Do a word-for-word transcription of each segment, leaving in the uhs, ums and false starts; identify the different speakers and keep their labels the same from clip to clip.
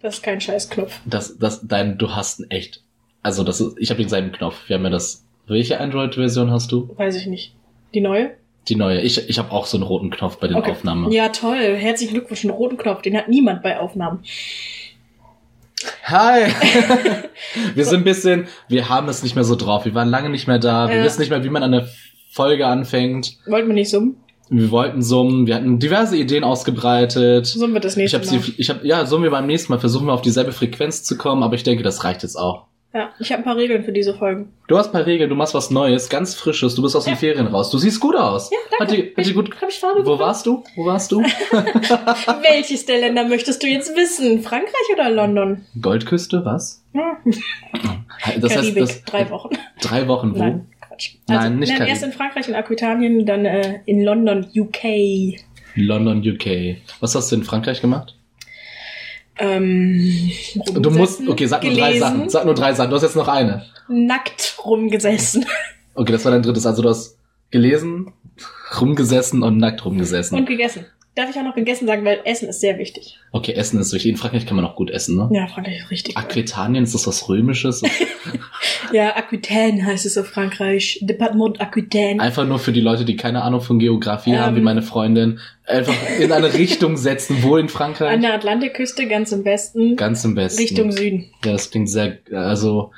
Speaker 1: Das ist kein Scheißknopf.
Speaker 2: Das, das, dein, du hast einen echt, also das ist, ich habe denselben Knopf. Wir haben ja das, welche Android-Version hast du?
Speaker 1: Weiß ich nicht. Die neue?
Speaker 2: Die neue. Ich, ich habe auch so einen roten Knopf bei den
Speaker 1: okay.
Speaker 2: Aufnahmen.
Speaker 1: Ja, toll. Herzlichen Glückwunsch, einen roten Knopf. Den hat niemand bei Aufnahmen.
Speaker 2: Hi! Wir sind ein bisschen, wir haben es nicht mehr so drauf. Wir waren lange nicht mehr da. Wir ja. wissen nicht mehr, wie man eine Folge anfängt.
Speaker 1: Wollten wir nicht summen?
Speaker 2: Wir wollten summen. Wir hatten diverse Ideen ausgebreitet.
Speaker 1: Summen wir das nächste
Speaker 2: ich hab
Speaker 1: Mal.
Speaker 2: Sie, ich hab, ja, summen wir beim nächsten Mal. Versuchen wir auf dieselbe Frequenz zu kommen. Aber ich denke, das reicht jetzt auch.
Speaker 1: Ja, ich habe ein paar Regeln für diese Folgen.
Speaker 2: Du hast ein paar Regeln. Du machst was Neues, ganz Frisches. Du bist aus ja. den Ferien raus. Du siehst gut aus.
Speaker 1: Ja, danke.
Speaker 2: Hat die, hat die gut,
Speaker 1: hab ich Farbe
Speaker 2: Wo bekommen? warst du? Wo warst du?
Speaker 1: Welches der Länder möchtest du jetzt wissen? Frankreich oder London?
Speaker 2: Goldküste, was?
Speaker 1: Ja.
Speaker 2: Das
Speaker 1: Karibik,
Speaker 2: heißt, das,
Speaker 1: drei Wochen.
Speaker 2: Drei Wochen, wo?
Speaker 1: Nein, Quatsch. Also,
Speaker 2: Nein, nicht
Speaker 1: nein,
Speaker 2: Karibik.
Speaker 1: Erst in Frankreich, in Aquitanien, dann äh, in London, U K.
Speaker 2: London, U K. Was hast du in Frankreich gemacht?
Speaker 1: Ähm,
Speaker 2: du musst, okay, sag nur drei Sachen. Sag nur drei Sachen. Du hast jetzt noch eine.
Speaker 1: Nackt rumgesessen.
Speaker 2: Okay, das war dein drittes. Also du hast gelesen, rumgesessen und nackt rumgesessen.
Speaker 1: Und gegessen. Darf ich auch noch gegessen sagen, weil Essen ist sehr wichtig.
Speaker 2: Okay, Essen ist wichtig. In Frankreich kann man auch gut essen, ne?
Speaker 1: Ja, Frankreich ist richtig.
Speaker 2: Aquitanien, ist das was Römisches?
Speaker 1: Ja, Aquitaine heißt es auf Frankreich. Departement Aquitaine.
Speaker 2: Einfach nur für die Leute, die keine Ahnung von Geografie ähm, haben, wie meine Freundin. Einfach in eine Richtung setzen. Wo in Frankreich?
Speaker 1: An der Atlantikküste, ganz im Westen.
Speaker 2: Ganz im Westen.
Speaker 1: Richtung Süden.
Speaker 2: Ja, das klingt sehr, also,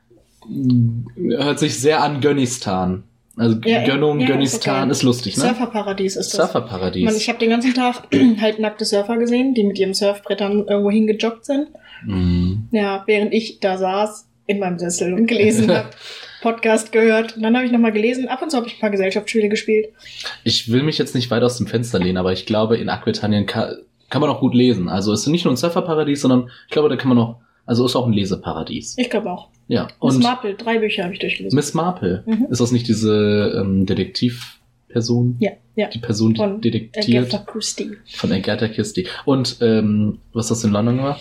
Speaker 2: hört sich sehr an Gönnistan. Also ja, Gönnung, ja, Gönnistan ist, okay. ist lustig, ne?
Speaker 1: Surferparadies ist das.
Speaker 2: Surferparadies.
Speaker 1: Man, ich habe den ganzen Tag halt nackte Surfer gesehen, die mit ihrem Surfbrettern irgendwo hingejoggt sind.
Speaker 2: Mhm.
Speaker 1: Ja, während ich da saß in meinem Sessel und gelesen habe, Podcast gehört. Und dann habe ich nochmal gelesen. Ab und zu habe ich ein paar Gesellschaftsspiele gespielt.
Speaker 2: Ich will mich jetzt nicht weit aus dem Fenster lehnen, aber ich glaube, in Aquitanien kann, kann man auch gut lesen. Also es ist nicht nur ein Surferparadies, sondern ich glaube, da kann man auch, also ist auch ein Leseparadies.
Speaker 1: Ich glaube auch.
Speaker 2: Ja.
Speaker 1: Und
Speaker 2: Miss
Speaker 1: Marple, drei Bücher habe ich durchgelesen.
Speaker 2: Miss Marple. Mhm. Ist das nicht diese ähm, Detektivperson?
Speaker 1: Ja, ja.
Speaker 2: Die Person, die
Speaker 1: von
Speaker 2: detektiert.
Speaker 1: Agatha Christie.
Speaker 2: Von Agatha Christie. Und ähm, was hast du in London gemacht?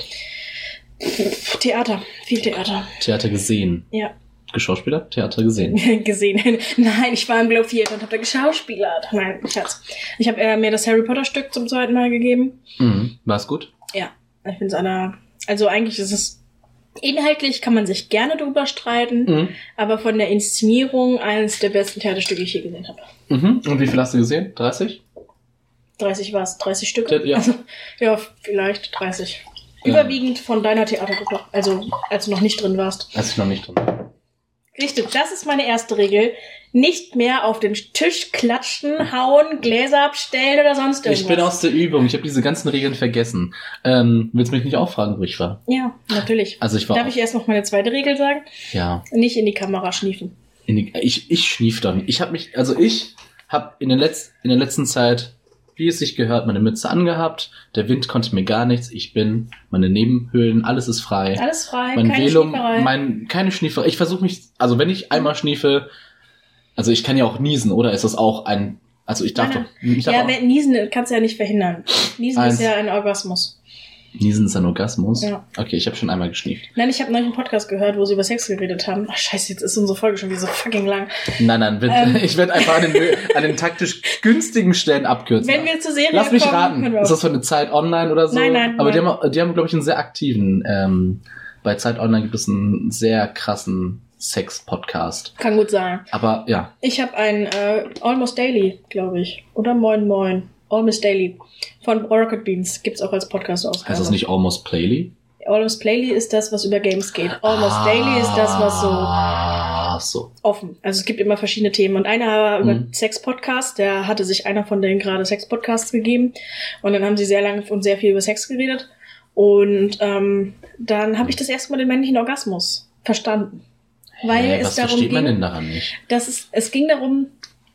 Speaker 1: Theater, viel Theater.
Speaker 2: Theater gesehen?
Speaker 1: Ja.
Speaker 2: Geschauspielert? Theater gesehen?
Speaker 1: gesehen. Nein, ich war im Blau Theater und habe da geschauspielert. Nein, Schatz. Ich habe äh, mir das Harry Potter Stück zum zweiten Mal gegeben.
Speaker 2: Mhm. War es gut?
Speaker 1: Ja. Ich finde es einer, also eigentlich ist es inhaltlich kann man sich gerne drüber streiten, mhm. aber von der Inszenierung eines der besten Theaterstücke, die ich je gesehen habe.
Speaker 2: Mhm. Und wie viel hast du gesehen? dreißig?
Speaker 1: dreißig was? dreißig Stücke?
Speaker 2: Ja.
Speaker 1: Also, ja, vielleicht dreißig. Ja. Überwiegend von deiner Theatergruppe, also als du noch nicht drin warst.
Speaker 2: Als ich noch nicht drin war.
Speaker 1: Richtig, das ist meine erste Regel. Nicht mehr auf den Tisch klatschen, hauen, Gläser abstellen oder sonst irgendwas.
Speaker 2: Ich bin aus der Übung. Ich habe diese ganzen Regeln vergessen. Ähm, willst du mich nicht auch fragen, wo ich war?
Speaker 1: Ja, natürlich.
Speaker 2: Also ich war
Speaker 1: Darf ich erst noch meine zweite Regel sagen?
Speaker 2: Ja.
Speaker 1: Nicht in die Kamera schniefen.
Speaker 2: In die, ich ich schnief doch nicht. Ich habe mich, also ich habe in, den Letz-, in der letzten Zeit, wie es sich gehört, meine Mütze angehabt. Der Wind konnte mir gar nichts. Ich bin, meine Nebenhöhlen, alles ist frei.
Speaker 1: Alles frei,
Speaker 2: mein
Speaker 1: keine
Speaker 2: Velum,
Speaker 1: Schnieferei.
Speaker 2: Mein, keine Schnieferei. Ich versuche mich, also wenn ich einmal schniefe, also ich kann ja auch niesen, oder ist das auch ein, also ich darf
Speaker 1: Nein,
Speaker 2: doch, ich darf
Speaker 1: ja,
Speaker 2: auch,
Speaker 1: wenn, Niesen kannst du ja nicht verhindern. Niesen
Speaker 2: Eins.
Speaker 1: ist ja ein Orgasmus.
Speaker 2: Niesen ist ein Orgasmus?
Speaker 1: Ja.
Speaker 2: Okay, ich habe schon einmal geschnieft.
Speaker 1: Nein, ich habe neulich einen Podcast gehört, wo sie über Sex geredet haben. Ach scheiße, jetzt ist unsere Folge schon wieder so fucking lang.
Speaker 2: Nein, nein, wird, ähm, ich werde einfach an den, an den taktisch günstigen Stellen abkürzen.
Speaker 1: Wenn wir zur Serie
Speaker 2: Lass mich
Speaker 1: kommen,
Speaker 2: raten, ist das für eine Zeit online oder so?
Speaker 1: Nein, nein,
Speaker 2: Aber
Speaker 1: nein.
Speaker 2: die haben, die haben glaube ich, einen sehr aktiven, ähm, bei Zeit Online gibt es einen sehr krassen Sex-Podcast.
Speaker 1: Kann gut sein.
Speaker 2: Aber ja.
Speaker 1: Ich habe einen äh, Almost Daily, glaube ich. Oder Moin Moin. Almost Daily. Von Rocket Beans. Gibt's auch als Podcast aus.
Speaker 2: Heißt das nicht Almost Playly?
Speaker 1: Almost Playly ist das, was über Games geht. Almost ah, Daily ist das, was so,
Speaker 2: ah, so
Speaker 1: offen. Also es gibt immer verschiedene Themen. Und einer war über
Speaker 2: mhm.
Speaker 1: Sex-Podcast. Der hatte sich einer von denen gerade Sex-Podcasts gegeben. Und dann haben sie sehr lange und sehr viel über Sex geredet. Und ähm, dann habe ich das erste Mal den männlichen Orgasmus verstanden. Weil
Speaker 2: Hä,
Speaker 1: es
Speaker 2: was
Speaker 1: darum
Speaker 2: versteht man
Speaker 1: ging,
Speaker 2: denn daran nicht?
Speaker 1: dass es, es ging darum,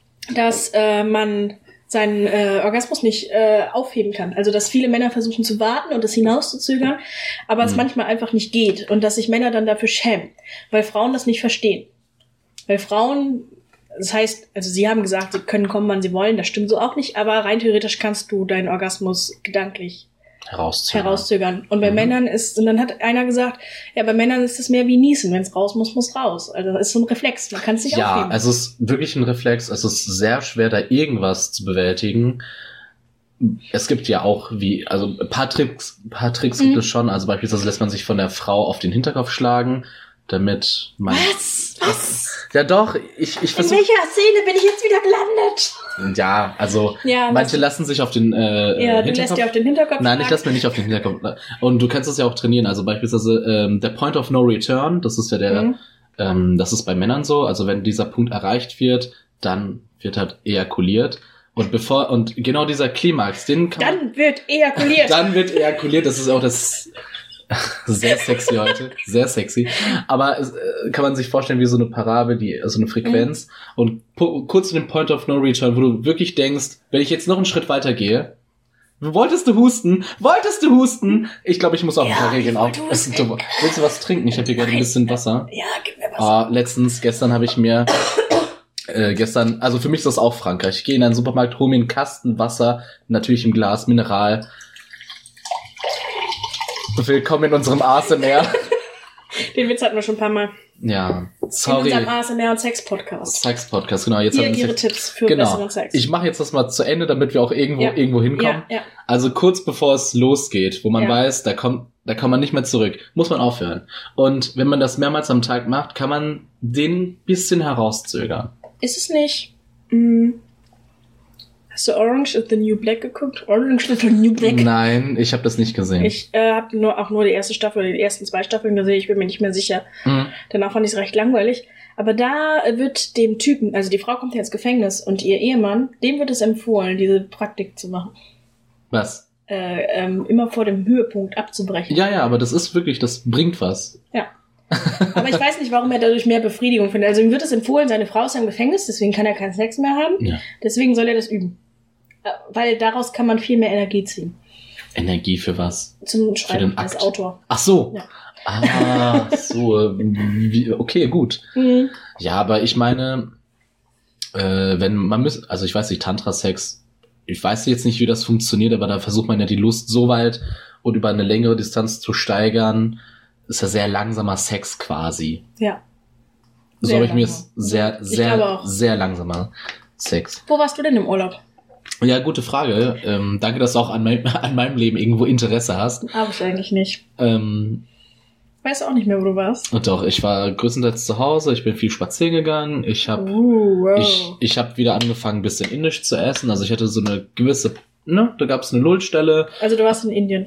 Speaker 1: dass äh, man seinen äh, Orgasmus nicht äh, aufheben kann. Also dass viele Männer versuchen zu warten und es hinauszuzögern, aber mhm. es manchmal einfach nicht geht und dass sich Männer dann dafür schämen, weil Frauen das nicht verstehen. Weil Frauen, das heißt, also sie haben gesagt, sie können kommen, wann sie wollen, das stimmt so auch nicht, aber rein theoretisch kannst du deinen Orgasmus gedanklich
Speaker 2: Herauszögern.
Speaker 1: herauszögern. Und bei mhm. Männern ist, und dann hat einer gesagt, ja, bei Männern ist es mehr wie Niesen. Wenn es raus muss, muss raus. Also das ist so ein Reflex. Man kann es nicht
Speaker 2: ja,
Speaker 1: aufheben.
Speaker 2: Ja, also es ist wirklich ein Reflex. Es ist sehr schwer, da irgendwas zu bewältigen. es gibt ja auch wie, also ein paar Tricks, ein paar Tricks
Speaker 1: Mhm.
Speaker 2: gibt es schon. Also beispielsweise lässt man sich von der Frau auf den Hinterkopf schlagen, damit man...
Speaker 1: Was? Was?
Speaker 2: Ja doch, ich, ich
Speaker 1: In
Speaker 2: versuche...
Speaker 1: welcher Szene bin ich jetzt wieder gelandet?
Speaker 2: Ja, also
Speaker 1: Ja,
Speaker 2: manche
Speaker 1: was-
Speaker 2: lassen sich auf den äh,
Speaker 1: Ja, du
Speaker 2: Hinterkopf...
Speaker 1: lässt dir auf den Hinterkopf
Speaker 2: Nein, ich
Speaker 1: schlagen.
Speaker 2: lasse mir nicht auf den Hinterkopf. Und du kannst das ja auch trainieren. Also beispielsweise ähm, der Point of No Return, das ist ja der,
Speaker 1: Mhm.
Speaker 2: ähm, das ist bei Männern so. Also wenn dieser Punkt erreicht wird, dann wird halt ejakuliert. Und bevor, und genau dieser Klimax, den kann man,
Speaker 1: Dann wird ejakuliert.
Speaker 2: dann wird ejakuliert. Das ist auch das sehr sexy heute, sehr sexy. Aber es, äh, kann man sich vorstellen wie so eine Parabel, die, also eine Frequenz. Und pu- kurz zu dem Point of No Return, wo du wirklich denkst, wenn ich jetzt noch einen Schritt weiter gehe, wolltest du husten? Wolltest du husten? Ich glaube, ich muss auch ein
Speaker 1: Ja,
Speaker 2: paar Regeln
Speaker 1: ich
Speaker 2: auf.
Speaker 1: wollte
Speaker 2: Es-
Speaker 1: husten.
Speaker 2: du- Willst du was trinken? Ich habe hier gerade ein
Speaker 1: Nein.
Speaker 2: bisschen Wasser.
Speaker 1: Ja, gib mir was.
Speaker 2: Ah, letztens, gestern habe ich mir äh, gestern, also für mich ist das auch Frankreich. Ich gehe in einen Supermarkt, hole mir einen Kasten Wasser, natürlich im Glas, Mineral. Willkommen in unserem A S M R.
Speaker 1: Den Witz hatten wir schon ein paar Mal.
Speaker 2: Ja,
Speaker 1: In
Speaker 2: sorry.
Speaker 1: unserem A S M R und Sex-Podcast.
Speaker 2: Sex-Podcast, genau. Jetzt
Speaker 1: Hier
Speaker 2: haben wir
Speaker 1: ihre
Speaker 2: Sex-
Speaker 1: Tipps für
Speaker 2: Genau.
Speaker 1: besseren Sex.
Speaker 2: Ich mache jetzt das mal zu Ende, damit wir auch irgendwo
Speaker 1: Ja.
Speaker 2: irgendwo hinkommen.
Speaker 1: ja, ja.
Speaker 2: Also kurz bevor es losgeht, wo man
Speaker 1: Ja.
Speaker 2: weiß, da kommt, da kann man nicht mehr zurück, muss man aufhören. Und wenn man das mehrmals am Tag macht, kann man den bisschen herauszögern.
Speaker 1: Ist es nicht... Mh, hast du Orange is the New Black geguckt? Orange is the New Black?
Speaker 2: Nein, ich habe das nicht gesehen.
Speaker 1: Ich äh, habe nur, auch nur die erste Staffel, die ersten zwei Staffeln gesehen. Ich bin mir nicht mehr sicher.
Speaker 2: Mhm.
Speaker 1: Danach fand ich es recht langweilig. Aber da wird dem Typen, also die Frau kommt ja ins Gefängnis und ihr Ehemann, dem wird es empfohlen, diese Praktik zu machen.
Speaker 2: Was?
Speaker 1: Äh, ähm, immer vor dem Höhepunkt abzubrechen.
Speaker 2: Ja, ja, aber das ist wirklich, das bringt was.
Speaker 1: Ja. Aber ich weiß nicht, warum er dadurch mehr Befriedigung findet. Also ihm wird es empfohlen, seine Frau ist ja im Gefängnis, deswegen kann er keinen Sex mehr haben.
Speaker 2: Ja.
Speaker 1: Deswegen soll er das üben. Äh, Weil daraus kann man viel mehr Energie ziehen.
Speaker 2: Energie für was?
Speaker 1: Zum Schreiben
Speaker 2: den
Speaker 1: als
Speaker 2: Akt.
Speaker 1: Autor.
Speaker 2: Ach so.
Speaker 1: Ja.
Speaker 2: Ah, so. äh, Wie, okay, gut.
Speaker 1: Mhm.
Speaker 2: Ja, aber ich meine, äh, wenn man müsste, also ich weiß nicht, Tantra-Sex, ich weiß jetzt nicht, wie das funktioniert, aber da versucht man ja die Lust so weit und über eine längere Distanz zu steigern. Ist ja sehr langsamer Sex quasi.
Speaker 1: Ja.
Speaker 2: So
Speaker 1: Sehr
Speaker 2: habe ich mir
Speaker 1: langsam.
Speaker 2: jetzt sehr,
Speaker 1: Ich
Speaker 2: sehr,
Speaker 1: glaube auch.
Speaker 2: sehr langsamer Sex.
Speaker 1: Wo warst du denn im Urlaub?
Speaker 2: Ja, gute Frage. Ähm, danke, dass du auch an, mein, an meinem Leben irgendwo Interesse hast.
Speaker 1: Habe ich eigentlich nicht.
Speaker 2: Ähm,
Speaker 1: Weiß auch nicht mehr, wo du warst.
Speaker 2: und doch, ich war größtenteils zu Hause, ich bin viel spazieren gegangen, ich habe
Speaker 1: Uh, wow.
Speaker 2: ich, ich hab wieder angefangen, ein bisschen indisch zu essen. Also ich hatte so eine gewisse, ne, da gab es eine Lullstelle.
Speaker 1: Also du warst in Indien.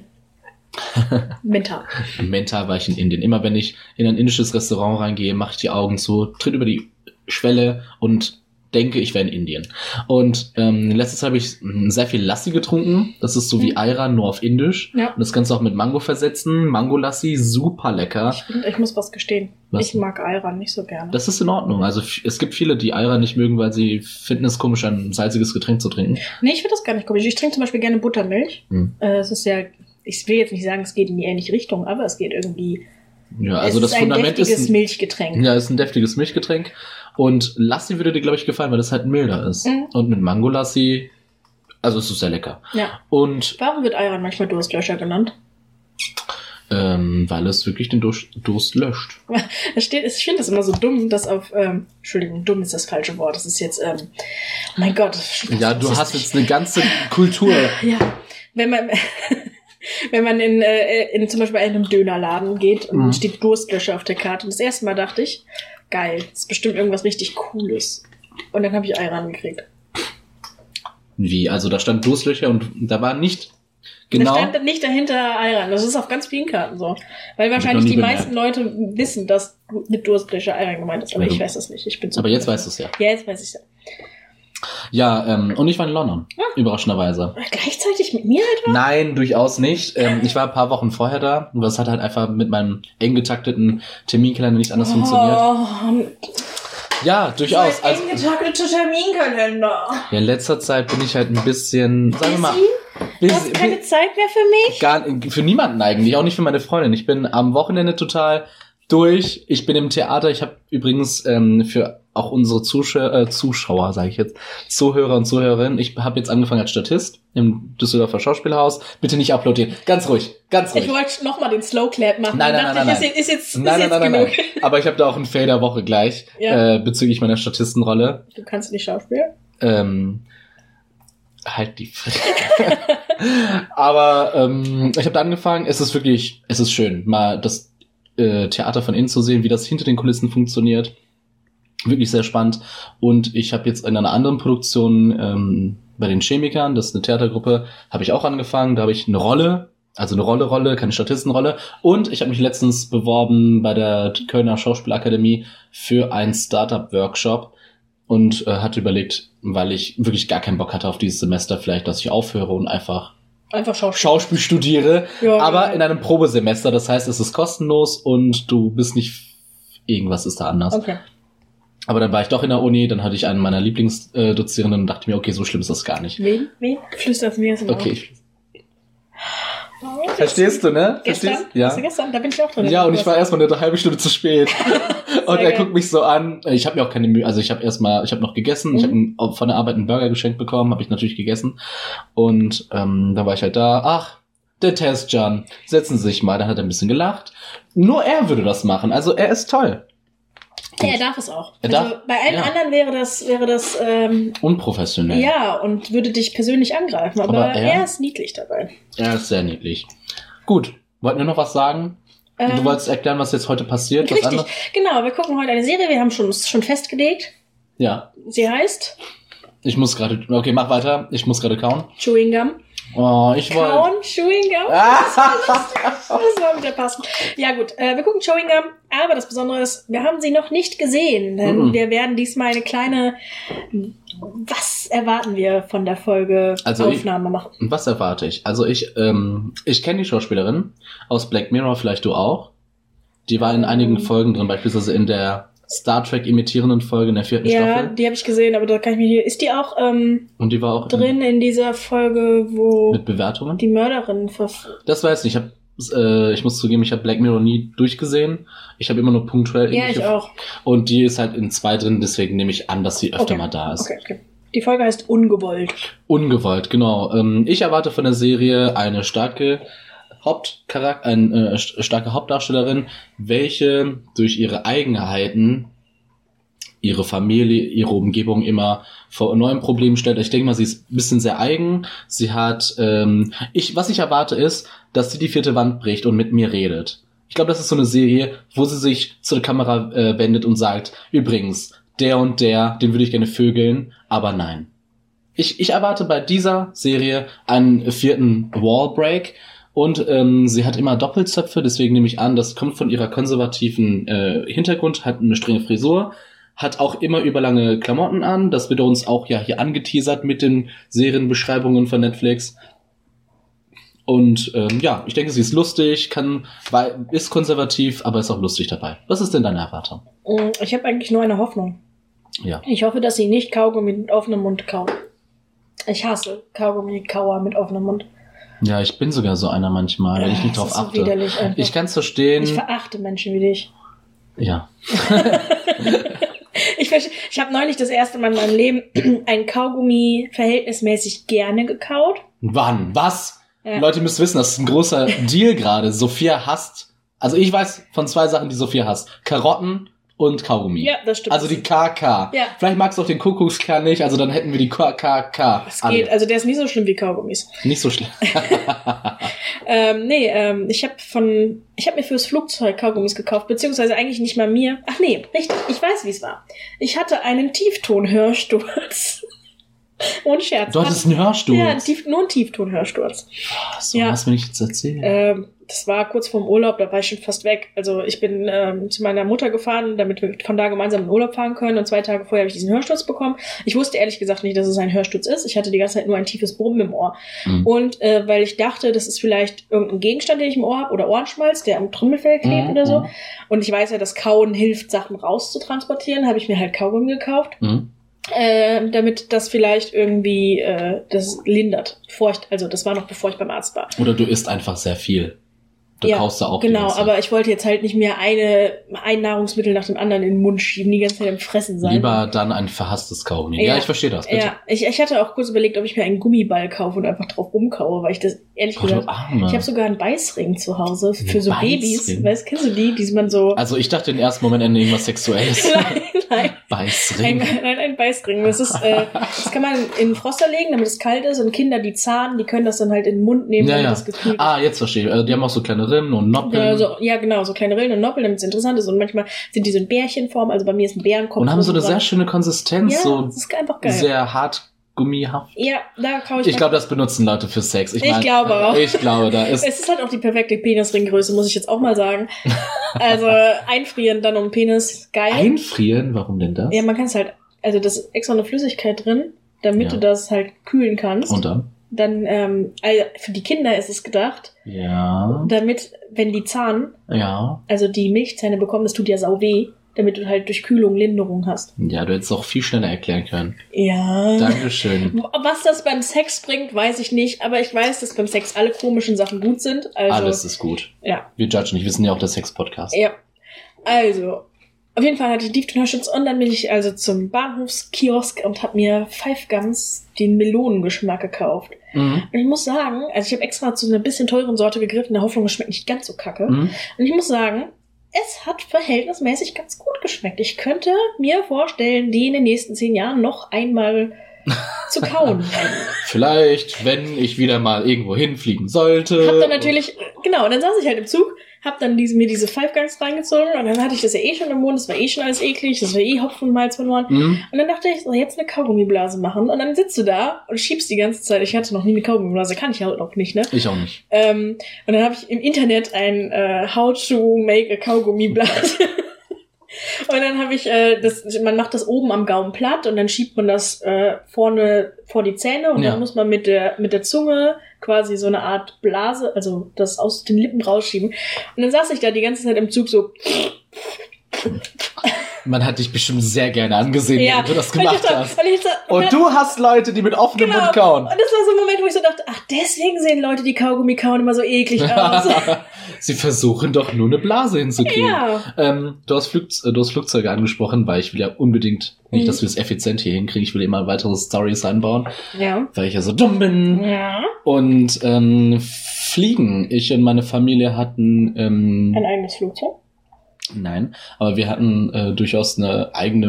Speaker 1: Mental.
Speaker 2: Mental war ich in Indien. Immer wenn ich in ein indisches Restaurant reingehe, mache ich die Augen zu, tritt über die Schwelle und denke, ich wäre in Indien. Und ähm, in letzter Zeit habe ich mh, sehr viel Lassi getrunken. Das ist so wie
Speaker 1: Mhm.
Speaker 2: Ayran, nur auf Indisch.
Speaker 1: Ja.
Speaker 2: Und das kannst du auch mit Mango versetzen. Mango-Lassi, super lecker.
Speaker 1: Ich, bin, ich muss was gestehen.
Speaker 2: Was?
Speaker 1: Ich mag Ayran nicht so gerne.
Speaker 2: Das ist in Ordnung. Also f- es gibt viele, die Ayran nicht mögen, weil sie finden es komisch, ein salziges Getränk zu trinken.
Speaker 1: Nee, ich finde das gar nicht komisch. Ich trinke zum Beispiel gerne Buttermilch.
Speaker 2: Hm.
Speaker 1: Äh, Es ist ja, ich will jetzt nicht sagen, es geht in die ähnliche Richtung, aber es geht irgendwie.
Speaker 2: Ja, also
Speaker 1: es
Speaker 2: das
Speaker 1: ist ein
Speaker 2: Fundament
Speaker 1: deftiges
Speaker 2: ist ein,
Speaker 1: Milchgetränk.
Speaker 2: ja, ist ein deftiges Milchgetränk. Und Lassi würde dir, glaube ich, gefallen, weil das halt milder ist.
Speaker 1: Mhm.
Speaker 2: Und mit Mango-Lassi, also es ist sehr lecker.
Speaker 1: Ja.
Speaker 2: Und
Speaker 1: Warum wird Ayran manchmal Durstlöscher genannt?
Speaker 2: ähm, weil es wirklich den Durst, Durst löscht.
Speaker 1: Es steht, ich finde das immer so dumm, dass auf, ähm, Entschuldigung, dumm ist das falsche Wort. Das ist jetzt, ähm, mein Gott. das-
Speaker 2: Ja,
Speaker 1: das
Speaker 2: du
Speaker 1: ist
Speaker 2: hast
Speaker 1: nicht-
Speaker 2: jetzt eine ganze Kultur.
Speaker 1: Ja, wenn man, wenn man in, äh, in zum Beispiel einem Dönerladen geht und
Speaker 2: Mhm.
Speaker 1: steht Durstlöscher auf der Karte. Und das erste Mal dachte ich, geil, das ist bestimmt irgendwas richtig Cooles. Und dann habe ich Ayran gekriegt.
Speaker 2: Wie? Also da stand Durstlöcher und da war nicht genau.
Speaker 1: Da stand nicht dahinter Ayran. Das ist auf ganz vielen Karten so. Weil wahrscheinlich
Speaker 2: noch nie
Speaker 1: die
Speaker 2: bemerkt.
Speaker 1: meisten Leute wissen, dass mit Durstlöcher Ayran gemeint ist. Aber
Speaker 2: Ja, du-
Speaker 1: ich weiß das nicht. Ich bin zu
Speaker 2: Aber jetzt
Speaker 1: blöd.
Speaker 2: weißt du es ja.
Speaker 1: Ja, jetzt weiß ich es ja.
Speaker 2: Ja, ähm, und ich war in London.
Speaker 1: Ah.
Speaker 2: Überraschenderweise.
Speaker 1: Gleichzeitig mit mir etwa?
Speaker 2: Nein, durchaus nicht. Ähm, ich war ein paar Wochen vorher da und das hat halt einfach mit meinem eng getakteten Terminkalender nicht anders funktioniert.
Speaker 1: Oh,
Speaker 2: Ja, durchaus.
Speaker 1: so
Speaker 2: Also,
Speaker 1: ein eng getakteter Terminkalender.
Speaker 2: ja, in letzter Zeit bin ich halt ein bisschen, sagen wir mal,
Speaker 1: Du hast keine Zeit mehr für mich?
Speaker 2: gar, für niemanden eigentlich, auch nicht für meine Freundin. Ich bin am Wochenende total durch. Ich bin im Theater. Ich habe übrigens ähm, für auch unsere Zuschauer, äh, Zuschauer sage ich jetzt, Zuhörer und Zuhörerinnen, ich habe jetzt angefangen als Statist im Düsseldorfer Schauspielhaus. Bitte nicht applaudieren. Ganz ruhig, ganz ruhig.
Speaker 1: Ich wollte nochmal den Slow Clap machen.
Speaker 2: Nein, nein,
Speaker 1: Dachte
Speaker 2: nein, nein,
Speaker 1: ich, Ist, jetzt- ist jetzt, ist
Speaker 2: Nein, nein,
Speaker 1: jetzt
Speaker 2: nein, nein,
Speaker 1: genug.
Speaker 2: nein. Aber ich habe da auch einen Fail der Woche gleich
Speaker 1: Ja.
Speaker 2: äh, bezüglich meiner Statistenrolle.
Speaker 1: Du kannst nicht schauspielen?
Speaker 2: Ähm, Halt die Fresse. Aber ähm, ich habe da angefangen, es ist wirklich, es ist schön, mal das äh, Theater von innen zu sehen, wie das hinter den Kulissen funktioniert. Wirklich sehr spannend. Und ich habe jetzt in einer anderen Produktion ähm, bei den Chemikern, das ist eine Theatergruppe, habe ich auch angefangen. Da habe ich eine Rolle, also eine Rolle-Rolle, keine Statistenrolle. Und ich habe mich letztens beworben bei der Kölner Schauspielakademie für einen Startup-Workshop und äh, hatte überlegt, weil ich wirklich gar keinen Bock hatte auf dieses Semester, vielleicht, dass ich aufhöre und einfach
Speaker 1: Einfach Schauspiel.
Speaker 2: Schauspiel studiere,
Speaker 1: ja,
Speaker 2: aber
Speaker 1: ja.
Speaker 2: in einem Probesemester. Das heißt, es ist kostenlos und du bist nicht, irgendwas ist da anders.
Speaker 1: Okay.
Speaker 2: Aber dann war ich doch in der Uni, dann hatte ich einen meiner Lieblingsdozierenden und dachte mir, okay, so schlimm ist das gar nicht.
Speaker 1: Wen? Wen? Flüsterst du mir jetzt in den
Speaker 2: Okay.
Speaker 1: Ohr?
Speaker 2: Ich Verstehst du, ne?
Speaker 1: Gestern?
Speaker 2: Verstehst? Ja.
Speaker 1: Hast du gestern? Da bin ich auch drin.
Speaker 2: Ja, und ich war erstmal eine halbe Stunde zu spät. Und er
Speaker 1: geil.
Speaker 2: guckt mich so an. Ich habe mir auch keine Mühe, also ich habe erstmal, ich habe noch gegessen.
Speaker 1: Mhm.
Speaker 2: Ich habe von der Arbeit einen Burger geschenkt bekommen, habe ich natürlich gegessen. Und ähm, dann war ich halt da. Ach, der Test, John, setzen Sie sich mal. Dann hat er ein bisschen gelacht. Nur er würde das machen. Also er ist toll.
Speaker 1: Ja, er darf es auch.
Speaker 2: Er
Speaker 1: also
Speaker 2: darf-
Speaker 1: bei allen
Speaker 2: ja.
Speaker 1: anderen wäre das, wäre das ähm,
Speaker 2: Unprofessionell.
Speaker 1: ja, und würde dich persönlich angreifen. Aber,
Speaker 2: Aber er-
Speaker 1: er ist niedlich dabei.
Speaker 2: Er ist sehr niedlich. Gut, wollten wir noch was sagen?
Speaker 1: Ähm,
Speaker 2: Du wolltest erklären, was jetzt heute passiert? Was
Speaker 1: Richtig,
Speaker 2: anderes?
Speaker 1: genau. Wir gucken heute eine Serie. Wir haben schon schon festgelegt.
Speaker 2: Ja,
Speaker 1: Sie heißt
Speaker 2: ich muss gerade, okay, mach weiter. Ich muss gerade kauen.
Speaker 1: Chewing Gum.
Speaker 2: Oh, ich wollte...
Speaker 1: Kauen, Chewing Gum. Das war wieder passend. Ja gut, äh, wir gucken Chewing Gum, aber das Besondere ist, wir haben sie noch nicht gesehen, denn
Speaker 2: Mhm.
Speaker 1: wir werden diesmal eine kleine, was erwarten wir von der Folge
Speaker 2: Also ich-
Speaker 1: Aufnahme machen.
Speaker 2: Was erwarte ich? Also ich, ähm, ich kenne die Schauspielerin aus Black Mirror, vielleicht du auch. Die war in einigen Folgen drin, beispielsweise in der Star Trek imitierenden Folge in der vierten
Speaker 1: Ja,
Speaker 2: Staffel.
Speaker 1: die habe ich gesehen, aber da kann ich mich nicht... Ist die auch ähm,
Speaker 2: Und die war auch in,
Speaker 1: drin in dieser Folge, wo
Speaker 2: mit Bewertungen.
Speaker 1: die Mörderin verf...
Speaker 2: Das weiß ich nicht. Ich, hab, äh, ich muss zugeben, ich habe Black Mirror nie durchgesehen. Ich habe immer nur punktuell
Speaker 1: Ja,
Speaker 2: irgendwelche-
Speaker 1: ich auch.
Speaker 2: Und die ist halt in zwei drin, deswegen nehme ich an, dass sie öfter
Speaker 1: Okay.
Speaker 2: mal da ist.
Speaker 1: Okay, okay. Die Folge heißt Ungewollt.
Speaker 2: Ungewollt, genau. Ähm, ich erwarte von der Serie eine starke Hauptcharakter, eine äh, st- starke Hauptdarstellerin, welche durch ihre Eigenheiten ihre Familie, ihre Umgebung immer vor neuen Problemen stellt. Ich denke mal, sie ist ein bisschen sehr eigen. Sie hat, ähm, ich, was ich erwarte ist, dass sie die vierte Wand bricht und mit mir redet. Ich glaube, das ist so eine Serie, wo sie sich zur Kamera äh, wendet und sagt, übrigens, der und der, den würde ich gerne vögeln, aber nein. Ich, ich erwarte bei dieser Serie einen vierten Wallbreak und ähm, sie hat immer Doppelzöpfe, deswegen nehme ich an, das kommt von ihrer konservativen äh, Hintergrund, hat eine strenge Frisur, hat auch immer überlange Klamotten an, das wird uns auch ja hier angeteasert mit den Serienbeschreibungen von Netflix. Und ähm, ja, ich denke, sie ist lustig, kann, weil, ist konservativ, aber ist auch lustig dabei. Was ist denn deine Erwartung?
Speaker 1: Ich habe eigentlich nur eine Hoffnung.
Speaker 2: Ja.
Speaker 1: Ich hoffe, dass sie nicht Kaugummi mit offenem Mund kaut. Ich hasse Kaugummi-Kauer mit offenem Mund.
Speaker 2: Ja, ich bin sogar so einer manchmal, wenn ich nicht
Speaker 1: Das
Speaker 2: drauf
Speaker 1: ist so
Speaker 2: achte.
Speaker 1: widerlich einfach.
Speaker 2: Ich kann es verstehen.
Speaker 1: Ich verachte Menschen wie dich.
Speaker 2: Ja.
Speaker 1: Ich, verste- ich habe neulich das erste Mal in meinem Leben ein Kaugummi verhältnismäßig gerne gekaut.
Speaker 2: Wann? Was?
Speaker 1: Ja.
Speaker 2: Leute müssen wissen, das ist ein großer Deal gerade. Sophia hasst, also ich weiß von zwei Sachen, die Sophia hasst. Karotten und Kaugummi.
Speaker 1: Ja, das stimmt.
Speaker 2: Also die K K.
Speaker 1: Ja.
Speaker 2: Vielleicht magst du auch den Kuckuckskern nicht, also dann hätten wir die K K K.
Speaker 1: Es geht, also der ist nicht so schlimm wie Kaugummis.
Speaker 2: Nicht so schlimm.
Speaker 1: Ähm, nee, ähm, ich habe von, ich habe mir fürs Flugzeug Kaugummis gekauft, beziehungsweise eigentlich nicht mal mir. Ach nee, richtig, ich weiß, wie es war. Ich hatte einen Tiefton-Hörsturz. Ohne Scherz.
Speaker 2: Du hattest einen Hörsturz.
Speaker 1: Ja, ein Tief, nur ein Tiefton-Hörsturz.
Speaker 2: So,
Speaker 1: ja.
Speaker 2: hast du mir nicht jetzt erzählt.
Speaker 1: Ähm, das war kurz vorm Urlaub, da war ich schon fast weg. Also ich bin ähm, zu meiner Mutter gefahren, damit wir von da gemeinsam in Urlaub fahren können. Und zwei Tage vorher habe ich diesen Hörsturz bekommen. Ich wusste ehrlich gesagt nicht, dass es ein Hörsturz ist. Ich hatte die ganze Zeit nur ein tiefes Brummen im Ohr.
Speaker 2: Mhm.
Speaker 1: Und äh, weil ich dachte, das ist vielleicht irgendein Gegenstand, den ich im Ohr habe, oder Ohrenschmalz, der am Trommelfell klebt
Speaker 2: Mhm,
Speaker 1: oder so.
Speaker 2: mhm.
Speaker 1: Und ich weiß ja, dass Kauen hilft, Sachen rauszutransportieren. Habe ich mir halt Kaugummi gekauft.
Speaker 2: Mhm.
Speaker 1: Äh, damit das vielleicht irgendwie äh, das lindert. Bevor ich, also das war noch bevor ich beim Arzt war.
Speaker 2: Oder du isst einfach sehr viel. Du
Speaker 1: Ja,
Speaker 2: kaust da auch die
Speaker 1: Genau,
Speaker 2: ganze Zeit.
Speaker 1: aber ich wollte jetzt halt nicht mehr eine, ein Nahrungsmittel nach dem anderen in den Mund schieben, die ganze Zeit im Fressen sein.
Speaker 2: Lieber dann ein verhasstes Kaugummi. Ja,
Speaker 1: Ja.
Speaker 2: ich verstehe das, bitte.
Speaker 1: Ja, ich, ich hatte auch kurz überlegt, ob ich mir einen Gummiball kaufe und einfach drauf rumkaue, weil ich das Ehrlich
Speaker 2: Oh,
Speaker 1: gesagt.
Speaker 2: du Arme.
Speaker 1: Ich habe sogar einen Beißring zu Hause für
Speaker 2: Ein
Speaker 1: so
Speaker 2: Beißring?
Speaker 1: Babys. Weißt, kennst du die, die man so...
Speaker 2: Also ich dachte im ersten Moment an irgendwas Sexuelles.
Speaker 1: nein, nein.
Speaker 2: Beißring.
Speaker 1: Ein, nein, ein Beißring. Das ist, äh, das kann man in den Froster legen, damit es kalt ist. Und Kinder, die zahnen, die können das dann halt in den Mund nehmen,
Speaker 2: Ja,
Speaker 1: damit
Speaker 2: ja.
Speaker 1: das gekühlt ist.
Speaker 2: Ah, jetzt verstehe ich. Also die haben auch so kleine Rinnen und Noppeln.
Speaker 1: Ja, so, ja, genau, so kleine Rillen und Noppeln, damit es interessant ist. Und manchmal sind die so in Bärchenform. Also bei mir ist ein Bärenkopf.
Speaker 2: Und haben so eine
Speaker 1: dran.
Speaker 2: sehr schöne Konsistenz.
Speaker 1: Ja,
Speaker 2: so
Speaker 1: das ist einfach geil.
Speaker 2: sehr hart gummihaft.
Speaker 1: Ja, da kaufe ich...
Speaker 2: Ich glaube, das benutzen Leute für Sex. Ich,
Speaker 1: Ich
Speaker 2: mein,
Speaker 1: glaube auch.
Speaker 2: Ich glaube, da ist...
Speaker 1: Es ist halt auch die perfekte Penisringgröße, muss ich jetzt auch mal sagen. Also einfrieren dann um Penis, geil.
Speaker 2: Einfrieren? Warum denn das?
Speaker 1: Ja, man kann es halt, also das ist extra eine Flüssigkeit drin, damit
Speaker 2: Ja.
Speaker 1: du das halt kühlen kannst.
Speaker 2: Und dann?
Speaker 1: Dann, ähm, also für die Kinder ist es gedacht,
Speaker 2: Ja.
Speaker 1: damit, wenn die zahnen,
Speaker 2: Ja.
Speaker 1: also die Milchzähne bekommen, das tut ja sau weh, damit du halt durch Kühlung Linderung hast.
Speaker 2: Ja, du hättest auch viel schneller erklären können.
Speaker 1: Ja.
Speaker 2: Dankeschön.
Speaker 1: Was das beim Sex bringt, weiß ich nicht, aber ich weiß, dass beim Sex alle komischen Sachen gut sind. Also,
Speaker 2: Alles ist gut.
Speaker 1: Ja.
Speaker 2: Wir judgen nicht, wir sind ja auch der Sex-Podcast.
Speaker 1: Ja. Also, auf jeden Fall hatte ich Diphthonschutz und dann bin ich also zum Bahnhofskiosk und habe mir Five Guns den Melonengeschmack gekauft.
Speaker 2: Mhm.
Speaker 1: Und ich muss sagen, also ich habe extra zu einer bisschen teuren Sorte gegriffen, in der Hoffnung, es schmeckt nicht ganz so kacke.
Speaker 2: Mhm.
Speaker 1: Und ich muss sagen, es hat verhältnismäßig ganz gut geschmeckt. Ich könnte mir vorstellen, die in den nächsten zehn Jahren noch einmal zu kauen.
Speaker 2: Vielleicht, wenn ich wieder mal irgendwo hinfliegen sollte.
Speaker 1: Hab dann natürlich, genau, und dann saß ich halt im Zug, hab dann diese, mir diese Five Guns reingezogen und dann hatte ich das ja eh schon im Mund, das war eh schon alles eklig, das war eh Hopfen und Malz verloren.
Speaker 2: Mhm.
Speaker 1: Und dann dachte ich, so, jetzt eine Kaugummiblase machen. Und dann sitzt du da und schiebst die ganze Zeit. Ich hatte noch nie eine Kaugummiblase, kann ich ja auch nicht, ne?
Speaker 2: Ich auch nicht.
Speaker 1: Ähm, und dann habe ich im Internet ein äh, How to make a Kaugummiblase. Und dann habe ich, äh, das, man macht das oben am Gaumen platt und dann schiebt man das äh, vorne vor die Zähne und
Speaker 2: Ja.
Speaker 1: dann muss man mit der mit der Zunge quasi so eine Art Blase, also das aus den Lippen rausschieben. Und dann saß ich da die ganze Zeit im Zug so.
Speaker 2: Man hat dich bestimmt sehr gerne angesehen,
Speaker 1: Ja.
Speaker 2: wenn du das
Speaker 1: Und ich
Speaker 2: gemacht
Speaker 1: dachte-
Speaker 2: hast.
Speaker 1: Und, ich dachte-
Speaker 2: Und
Speaker 1: dann-
Speaker 2: du hast Leute, die mit offenem
Speaker 1: Genau.
Speaker 2: Mund kauen.
Speaker 1: Und das war so ein Moment, wo ich so dachte, ach, deswegen sehen Leute, die Kaugummi kauen, immer so eklig aus.
Speaker 2: Sie versuchen doch nur eine Blase hinzukriegen.
Speaker 1: Ja.
Speaker 2: Ähm, du, hast Flug, du hast Flugzeuge angesprochen, weil ich will ja unbedingt nicht,
Speaker 1: Mhm.
Speaker 2: dass wir es effizient hier hinkriegen. Ich will immer weitere Stories einbauen,
Speaker 1: Ja.
Speaker 2: weil ich ja so dumm bin.
Speaker 1: Ja.
Speaker 2: Und ähm, fliegen. Ich und meine Familie hatten... Ähm,
Speaker 1: Ein eigenes Flugzeug?
Speaker 2: Nein, aber wir hatten äh, durchaus eine eigene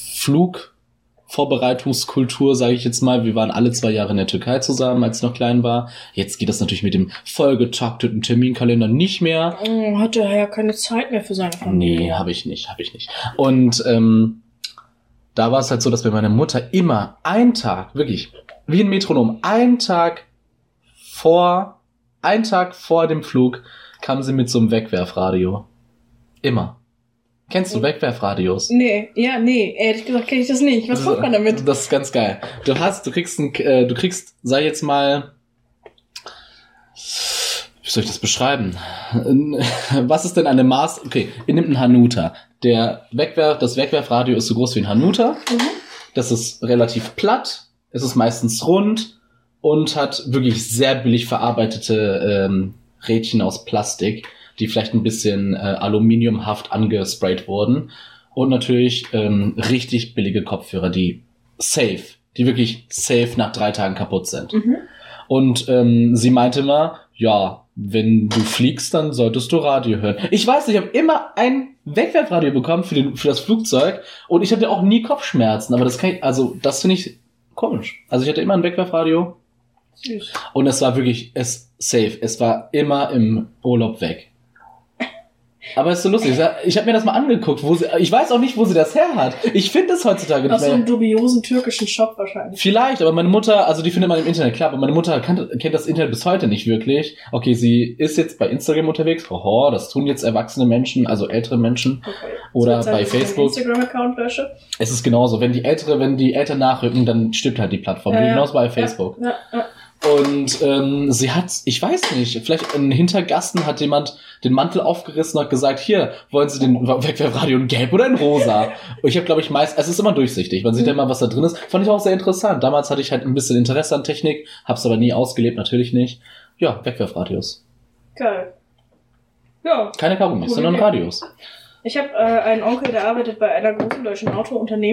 Speaker 2: Flugvorbereitungskultur, sage ich jetzt mal. Wir waren alle zwei Jahre in der Türkei zusammen, als ich noch klein war. Jetzt geht das natürlich mit dem vollgetakteten Terminkalender nicht mehr.
Speaker 1: Oh, hatte ja keine Zeit mehr für seine Familie.
Speaker 2: Nee, habe ich nicht, habe ich nicht. Und ähm, da war es halt so, dass mir meine Mutter immer einen Tag, wirklich, wie ein Metronom, einen Tag vor, einen Tag vor dem Flug kam sie mit so einem Wegwerfradio. Immer. Kennst du Wegwerfradios?
Speaker 1: Nee, ja, nee, ehrlich gesagt kenne ich das nicht. Was macht man damit?
Speaker 2: Das ist ganz geil. Du hast, du kriegst ein, äh, du kriegst, sag jetzt mal, wie soll ich das beschreiben? Was ist denn eine Maß? Okay, ihr nehmt einen Hanuta. Der Wegwerf, das Wegwerfradio ist so groß wie ein Hanuta.
Speaker 1: Mhm.
Speaker 2: Das ist relativ platt. Es ist meistens rund und hat wirklich sehr billig verarbeitete ähm, Rädchen aus Plastik, die vielleicht ein bisschen äh, aluminiumhaft angesprayt wurden. Und natürlich ähm, richtig billige Kopfhörer, die safe, die wirklich safe nach drei Tagen kaputt sind.
Speaker 1: Mhm.
Speaker 2: Und ähm, sie meinte immer, ja, wenn du fliegst, dann solltest du Radio hören. Ich weiß nicht, ich habe immer ein Wegwerfradio bekommen für, den, für das Flugzeug und ich hatte auch nie Kopfschmerzen, aber das kann ich, also das finde ich komisch. Also ich hatte immer ein Wegwerfradio
Speaker 1: Süß.
Speaker 2: und es war wirklich es safe. Es war immer im Urlaub weg. Aber es ist so lustig. Ich habe mir das mal angeguckt. Wo sie, ich weiß auch nicht, wo sie das her hat. Ich finde es heutzutage nicht
Speaker 1: Aus so
Speaker 2: mehr.
Speaker 1: einem dubiosen türkischen Shop wahrscheinlich.
Speaker 2: Vielleicht, aber meine Mutter, also die findet man im Internet, klar, aber meine Mutter kennt, kennt das Internet bis heute nicht wirklich. Okay, sie ist jetzt bei Instagram unterwegs. Oho, das tun jetzt erwachsene Menschen, also ältere Menschen.
Speaker 1: Okay.
Speaker 2: Oder
Speaker 1: Das wird
Speaker 2: bei
Speaker 1: sein, dass ich
Speaker 2: Facebook.
Speaker 1: meinen Instagram-Account lösche.
Speaker 2: Es ist genauso. Wenn die Ältere, wenn die Eltern nachrücken, dann stirbt halt die Plattform.
Speaker 1: Ja, ja.
Speaker 2: Genauso bei Facebook.
Speaker 1: Ja, ja.
Speaker 2: Und ähm, sie hat, ich weiß nicht, vielleicht in Hintergasten hat jemand den Mantel aufgerissen und hat gesagt, hier, wollen Sie den Wegwerfradio in gelb oder in rosa? Und ich habe, glaube ich, meist, es ist immer durchsichtig, man sieht ja immer, was da drin ist. Fand ich auch sehr interessant. Damals hatte ich halt ein bisschen Interesse an Technik, hab's aber nie ausgelebt, natürlich nicht. Ja, Wegwerfradios.
Speaker 1: Geil. Ja.
Speaker 2: Keine Kaugummis,
Speaker 1: Coole
Speaker 2: sondern
Speaker 1: Idee.
Speaker 2: Radios.
Speaker 1: Ich habe äh, einen Onkel, der arbeitet bei einer großen deutschen Autounternehmen.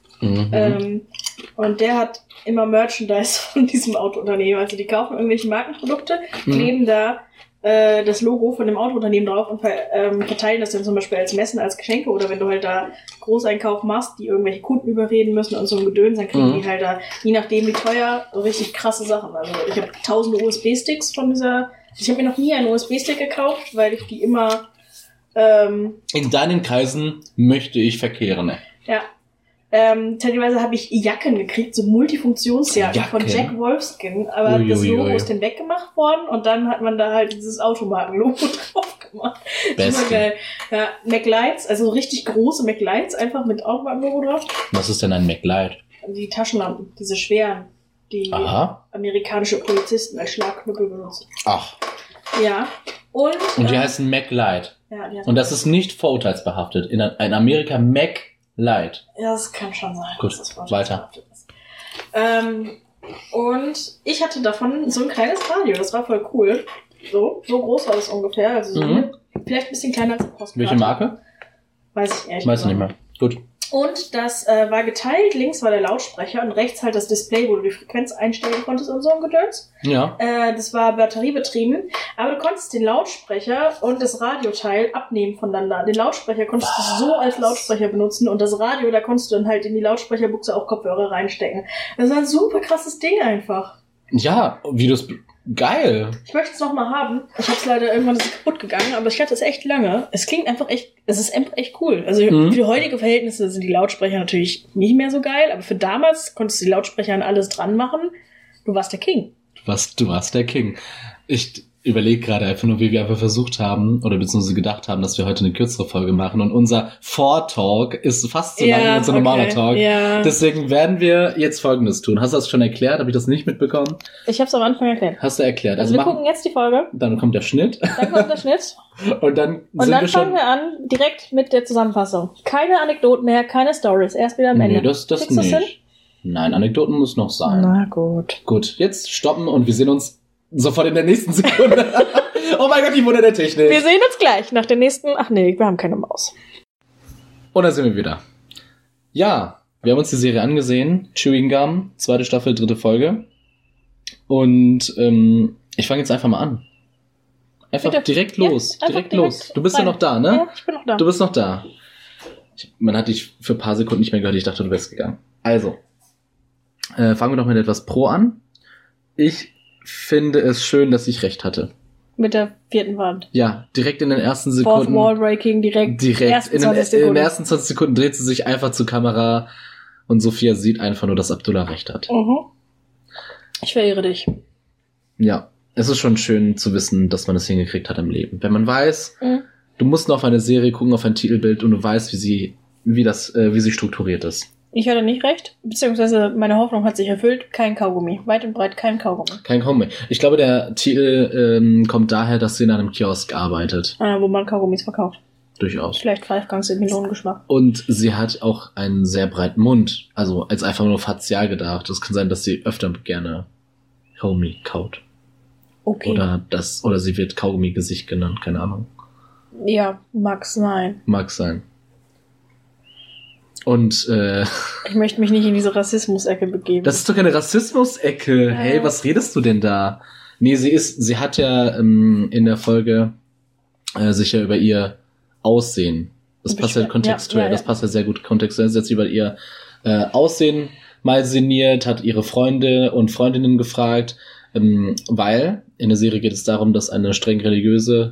Speaker 2: Mhm.
Speaker 1: Ähm, und der hat immer Merchandise von diesem Autounternehmen. Also die kaufen irgendwelche Markenprodukte,
Speaker 2: Mhm.
Speaker 1: kleben da äh, das Logo von dem Autounternehmen drauf und ver ähm, verteilen das dann zum Beispiel als Messen, als Geschenke. Oder wenn du halt da Großeinkauf machst, die irgendwelche Kunden überreden müssen und so ein Gedöns, dann kriegen
Speaker 2: Mhm.
Speaker 1: die halt da, je nachdem wie teuer, so richtig krasse Sachen. Also ich habe tausende U S B-Sticks von dieser... Ich habe mir noch nie einen U S B-Stick gekauft, weil ich die immer... Ähm,
Speaker 2: In deinen Kreisen möchte ich verkehren.
Speaker 1: ja. Ähm, teilweise habe ich Jacken gekriegt, so Multifunktionsjacken
Speaker 2: Jacken?
Speaker 1: von Jack Wolfskin, aber
Speaker 2: Ui,
Speaker 1: das
Speaker 2: ui,
Speaker 1: Logo
Speaker 2: ui.
Speaker 1: ist dann weggemacht worden und dann hat man da halt dieses Automarkenlogo drauf gemacht.
Speaker 2: Beste.
Speaker 1: Super geil. Ja, MacLights, also richtig große MacLights, einfach mit Automarkenlogo drauf.
Speaker 2: Was ist denn ein MacLight?
Speaker 1: Die Taschenlampen, diese schweren, die
Speaker 2: Aha.
Speaker 1: amerikanische Polizisten als Schlagknüppel benutzen.
Speaker 2: Ach.
Speaker 1: Ja. Und,
Speaker 2: Und die
Speaker 1: äh,
Speaker 2: heißen MacLight.
Speaker 1: ja, die
Speaker 2: Und das ist nicht vorurteilsbehaftet. In, in Amerika MacLight.
Speaker 1: Ja, das kann schon sein.
Speaker 2: Gut,
Speaker 1: dass das
Speaker 2: weiter.
Speaker 1: ist. Ähm, und ich hatte davon so ein kleines Radio, das war voll cool. So, so groß war das ungefähr. Also so
Speaker 2: Mhm.
Speaker 1: eine, vielleicht ein bisschen kleiner als eine Postkarte.
Speaker 2: Welche Marke?
Speaker 1: Weiß ich ehrlich
Speaker 2: Weiß ich nicht
Speaker 1: gesagt.
Speaker 2: mehr. Gut.
Speaker 1: Und das äh, war geteilt, links war der Lautsprecher und rechts halt das Display, wo du die Frequenz einstellen konntest und so ein Gedöns.
Speaker 2: Ja.
Speaker 1: Äh, das war batteriebetrieben, aber du konntest den Lautsprecher und das Radioteil abnehmen voneinander. Den Lautsprecher konntest du so als Lautsprecher benutzen und das Radio, da konntest du dann halt in die Lautsprecherbuchse auch Kopfhörer reinstecken. Das war ein super krasses Ding einfach.
Speaker 2: Ja, wie du es... Geil.
Speaker 1: Ich möchte es nochmal haben. Ich hab's leider, irgendwann ist es kaputt gegangen, aber ich hatte es echt lange. Es klingt einfach echt, es ist einfach echt cool. Also
Speaker 2: Mhm.
Speaker 1: für heutige Verhältnisse sind die Lautsprecher natürlich nicht mehr so geil, aber für damals konntest du die Lautsprecher an alles dran machen. Du warst der King.
Speaker 2: Was, du warst der King. Ich überlege gerade einfach nur, wie wir einfach versucht haben, oder beziehungsweise gedacht haben, dass wir heute eine kürzere Folge machen. Und unser Vortalk ist fast so lang wie unser normaler Talk.
Speaker 1: Ja.
Speaker 2: Deswegen werden wir jetzt Folgendes tun. Hast du das schon erklärt? Habe ich das nicht mitbekommen?
Speaker 1: Ich hab's am Anfang erklärt.
Speaker 2: Hast du erklärt.
Speaker 1: Also,
Speaker 2: Also,
Speaker 1: wir
Speaker 2: machen,
Speaker 1: gucken jetzt die Folge,
Speaker 2: dann kommt der Schnitt.
Speaker 1: dann kommt der Schnitt
Speaker 2: Und dann
Speaker 1: und
Speaker 2: sind
Speaker 1: dann
Speaker 2: wir
Speaker 1: fangen
Speaker 2: schon...
Speaker 1: wir an, direkt mit der Zusammenfassung. Keine Anekdoten mehr, keine Stories, erst wieder am Ende.
Speaker 2: Nee, das, das
Speaker 1: Kriegst du's hin?
Speaker 2: nicht. Nein, Anekdoten muss noch sein.
Speaker 1: Na gut.
Speaker 2: Gut, jetzt stoppen und wir sehen uns sofort in der nächsten Sekunde. Oh mein Gott, die Wunder der Technik.
Speaker 1: Wir sehen uns gleich nach der nächsten... Ach nee, wir haben keine Maus.
Speaker 2: Und da sind wir wieder. Ja, wir haben uns die Serie angesehen. Chewing Gum, zweite Staffel, dritte Folge. Und ähm, ich fange jetzt einfach mal an. Einfach
Speaker 1: Bitte.
Speaker 2: direkt
Speaker 1: Ja,
Speaker 2: los.
Speaker 1: einfach
Speaker 2: direkt,
Speaker 1: direkt
Speaker 2: los. Du bist ja
Speaker 1: rein.
Speaker 2: noch da, ne?
Speaker 1: Ja, ich bin noch da.
Speaker 2: Du bist noch da. Ich, man hat dich für ein paar Sekunden nicht mehr gehört. Ich dachte, du wärst gegangen. Also, äh, fangen wir doch mit etwas Pro an. Ich finde es schön, dass ich recht hatte.
Speaker 1: Mit der vierten Wand.
Speaker 2: Ja, direkt in den ersten
Speaker 1: Fourth
Speaker 2: Sekunden.
Speaker 1: Wall Breaking, direkt.
Speaker 2: Direkt.
Speaker 1: ersten
Speaker 2: In den,
Speaker 1: zwanzig
Speaker 2: in den
Speaker 1: Sekunden.
Speaker 2: ersten zwanzig Sekunden dreht sie sich einfach zur Kamera und Sophia sieht einfach nur, dass Abdullah recht hat.
Speaker 1: Mhm. Ich verehre dich.
Speaker 2: Ja, es ist schon schön zu wissen, dass man das hingekriegt hat im Leben. Wenn man weiß,
Speaker 1: Mhm.
Speaker 2: du musst nur auf eine Serie gucken, auf ein Titelbild und du weißt, wie sie, wie das, äh, wie sie strukturiert ist.
Speaker 1: Ich hatte nicht recht, beziehungsweise meine Hoffnung hat sich erfüllt. Kein Kaugummi. Weit und breit kein Kaugummi.
Speaker 2: Kein Kaugummi. Ich glaube, der Titel ähm, kommt daher, dass sie in einem Kiosk arbeitet.
Speaker 1: Ah, wo man Kaugummis verkauft.
Speaker 2: Durchaus.
Speaker 1: Vielleicht Pfeifgangs im Melonengeschmack.
Speaker 2: Und sie hat auch einen sehr breiten Mund. Also als einfach nur fazial gedacht. Es kann sein, dass sie öfter gerne Kaugummi kaut.
Speaker 1: Okay.
Speaker 2: Oder das, oder sie wird Kaugummi-Gesicht genannt, keine Ahnung.
Speaker 1: Ja, mag sein.
Speaker 2: Mag sein. Und äh,
Speaker 1: Ich möchte mich nicht in diese Rassismus-Ecke begeben.
Speaker 2: das ist doch keine Rassismus-Ecke.
Speaker 1: Ja.
Speaker 2: Hey, was redest du denn da? Nee, sie ist, sie hat ja ähm, in der Folge äh, sich ja über ihr Aussehen. Das passt ja
Speaker 1: Beschwer-
Speaker 2: kontextuell,
Speaker 1: ja, ja,
Speaker 2: das
Speaker 1: ja.
Speaker 2: passt ja sehr gut kontextuell. Sie hat sich über ihr äh, Aussehen mal sinniert, hat ihre Freunde und Freundinnen gefragt, ähm, weil in der Serie geht es darum, dass eine streng religiöse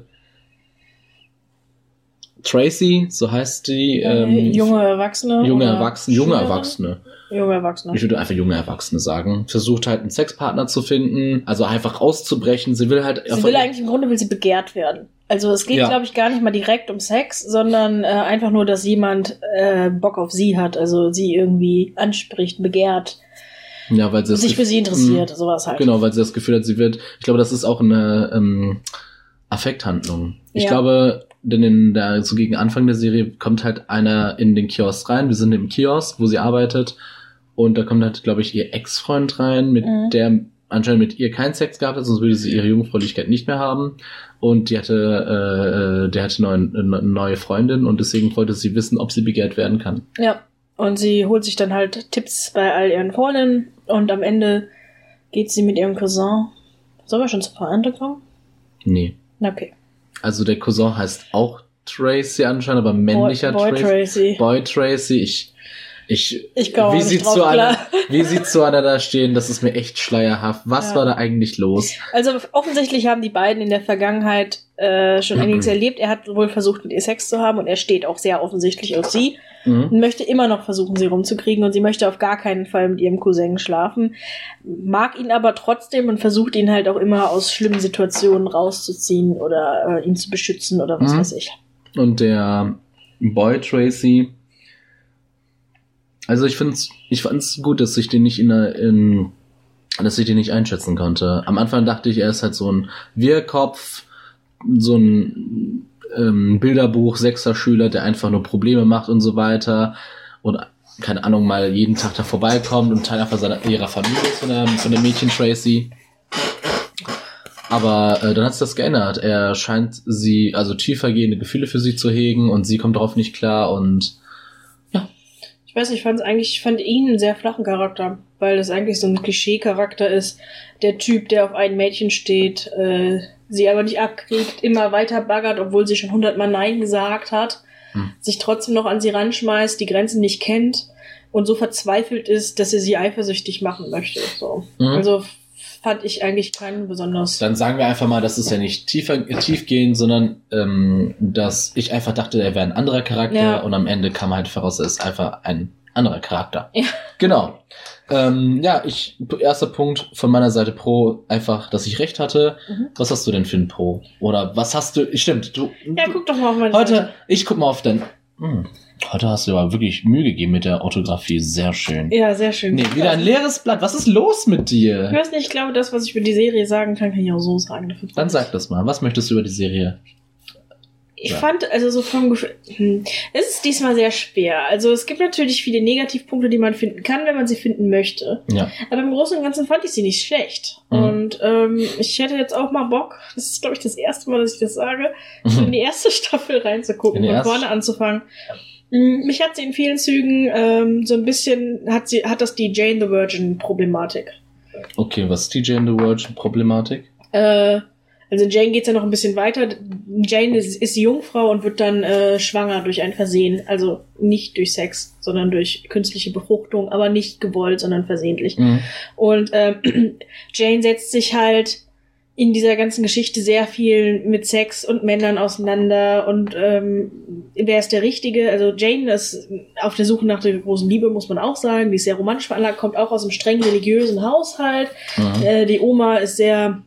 Speaker 2: Tracy, so heißt die, ähm,
Speaker 1: junge Erwachsene.
Speaker 2: junge
Speaker 1: oder
Speaker 2: Erwachsene, junge
Speaker 1: Schülerin?
Speaker 2: Erwachsene.
Speaker 1: Junge Erwachsene.
Speaker 2: Ich würde einfach junge Erwachsene sagen. Versucht halt einen Sexpartner zu finden, also einfach auszubrechen. Sie will halt...
Speaker 1: Sie will eigentlich, im Grunde will sie begehrt werden. Also es geht,
Speaker 2: Ja.
Speaker 1: glaube ich, gar nicht mal direkt um Sex, sondern äh, einfach nur, dass jemand äh, Bock auf sie hat. Also sie irgendwie anspricht, begehrt,
Speaker 2: ja, weil sie das
Speaker 1: sich
Speaker 2: Gef-
Speaker 1: für sie interessiert,
Speaker 2: Mhm.
Speaker 1: sowas halt.
Speaker 2: Genau, weil sie das Gefühl hat, sie wird... Ich glaube, das ist auch eine ähm, Affekthandlung. Ich
Speaker 1: Ja.
Speaker 2: glaube, denn in der, so gegen Anfang der Serie kommt halt einer in den Kiosk rein. Wir sind im Kiosk, wo sie arbeitet. Und da kommt halt, glaube ich, ihr Ex-Freund rein, mit
Speaker 1: Mhm.
Speaker 2: der anscheinend mit ihr keinen Sex gehabt hat, sonst würde sie ihre Jungfräulichkeit nicht mehr haben. Und die hatte, äh, der hatte neuen, eine neue Freundin und deswegen wollte sie wissen, ob sie begehrt werden kann.
Speaker 1: Ja. Und sie holt sich dann halt Tipps bei all ihren Freundinnen und am Ende geht sie mit ihrem Cousin. Sollen wir schon zur Pointe kommen?
Speaker 2: Nee.
Speaker 1: Okay.
Speaker 2: Also der Cousin heißt auch Tracy anscheinend, aber männlicher
Speaker 1: Boy, Boy
Speaker 2: Tracy.
Speaker 1: Tracy.
Speaker 2: Boy Tracy. Ich, ich,
Speaker 1: ich wie
Speaker 2: sie zueinander, wie sie zueinander stehen, das ist mir echt schleierhaft. Was ja. war da eigentlich los?
Speaker 1: Also offensichtlich haben die beiden in der Vergangenheit äh, schon einiges erlebt. Er hat wohl versucht, mit ihr Sex zu haben und er steht auch sehr offensichtlich auf sie mhm. und möchte immer noch versuchen, sie rumzukriegen und sie möchte auf gar keinen Fall mit ihrem Cousin schlafen, mag ihn aber trotzdem und versucht ihn halt auch immer aus schlimmen Situationen rauszuziehen oder äh, ihn zu beschützen oder was mhm. weiß ich.
Speaker 2: Und der Boy Tracy, also ich find's, ich fand's gut, dass ich den nicht in, in, dass ich den nicht einschätzen konnte. Am Anfang dachte ich, er ist halt so ein Wirrkopf, so ein ähm, Bilderbuch-Sechser-Schüler, der einfach nur Probleme macht und so weiter und keine Ahnung, mal jeden Tag da vorbeikommt und Teil einfach seiner, ihrer Familie ist von der, von der Mädchen Tracy. Aber äh, dann hat sich das geändert. Er scheint sie, also tiefergehende Gefühle für sie zu hegen und sie kommt darauf nicht klar und ja.
Speaker 1: Ich weiß nicht, ich fand eigentlich, ich fand ihn einen sehr flachen Charakter, weil das eigentlich so ein Klischee-Charakter ist. Der Typ, der auf ein Mädchen steht, äh, sie aber nicht abkriegt, immer weiter baggert, obwohl sie schon hundertmal Nein gesagt hat, hm. sich trotzdem noch an sie ranschmeißt, die Grenzen nicht kennt und so verzweifelt ist, dass er sie eifersüchtig machen möchte. So. Mhm. Also fand ich eigentlich keinen besonders.
Speaker 2: Dann sagen wir einfach mal, das ist ja nicht tiefer, tiefgehend, sondern ähm, dass ich einfach dachte, er wäre ein anderer Charakter ja. und am Ende kam halt heraus, er ist einfach ein anderer Charakter. Ja. Genau. Ähm, ja, ich erster Punkt von meiner Seite Pro, einfach, dass ich recht hatte. Mhm. Was hast du denn für ein Pro? Oder was hast du? Stimmt, du.
Speaker 1: Ja, guck doch mal auf meine
Speaker 2: heute,
Speaker 1: Seite.
Speaker 2: Ich guck mal auf dein. Hm. Heute hast du aber wirklich Mühe gegeben mit der Orthographie. Sehr schön.
Speaker 1: Ja, sehr schön.
Speaker 2: Nee, wieder ein leeres Blatt. Was ist los mit dir?
Speaker 1: Ich weiß nicht, ich glaube, das, was ich über die Serie sagen kann, kann ich auch so sagen. Dafür
Speaker 2: Dann sag das mal. Was möchtest du über die Serie?
Speaker 1: Ich ja. fand, also so vom Gefühl, hm, es ist diesmal sehr schwer. Also es gibt natürlich viele Negativpunkte, die man finden kann, wenn man sie finden möchte.
Speaker 2: Ja.
Speaker 1: Aber im Großen und Ganzen fand ich sie nicht schlecht. Mhm. Und ähm, ich hätte jetzt auch mal Bock, das ist, glaube ich, das erste Mal, dass ich das sage, mhm. in die erste Staffel reinzugucken und vorne anzufangen. Mich hat sie in vielen Zügen ähm, so ein bisschen, hat sie, hat das die Jane the Virgin-Problematik.
Speaker 2: Okay, was ist die Jane the Virgin-Problematik?
Speaker 1: Äh, also Jane geht's ja noch ein bisschen weiter. Jane ist, ist Jungfrau und wird dann äh, schwanger durch ein Versehen. Also nicht durch Sex, sondern durch künstliche Befruchtung, aber nicht gewollt, sondern versehentlich. Mhm. Und ähm, Jane setzt sich halt in dieser ganzen Geschichte sehr viel mit Sex und Männern auseinander und ähm, wer ist der Richtige? Also Jane ist auf der Suche nach der großen Liebe, muss man auch sagen. Die ist sehr romantisch veranlagt, kommt auch aus einem streng religiösen Haushalt. Mhm. Äh, die Oma ist sehr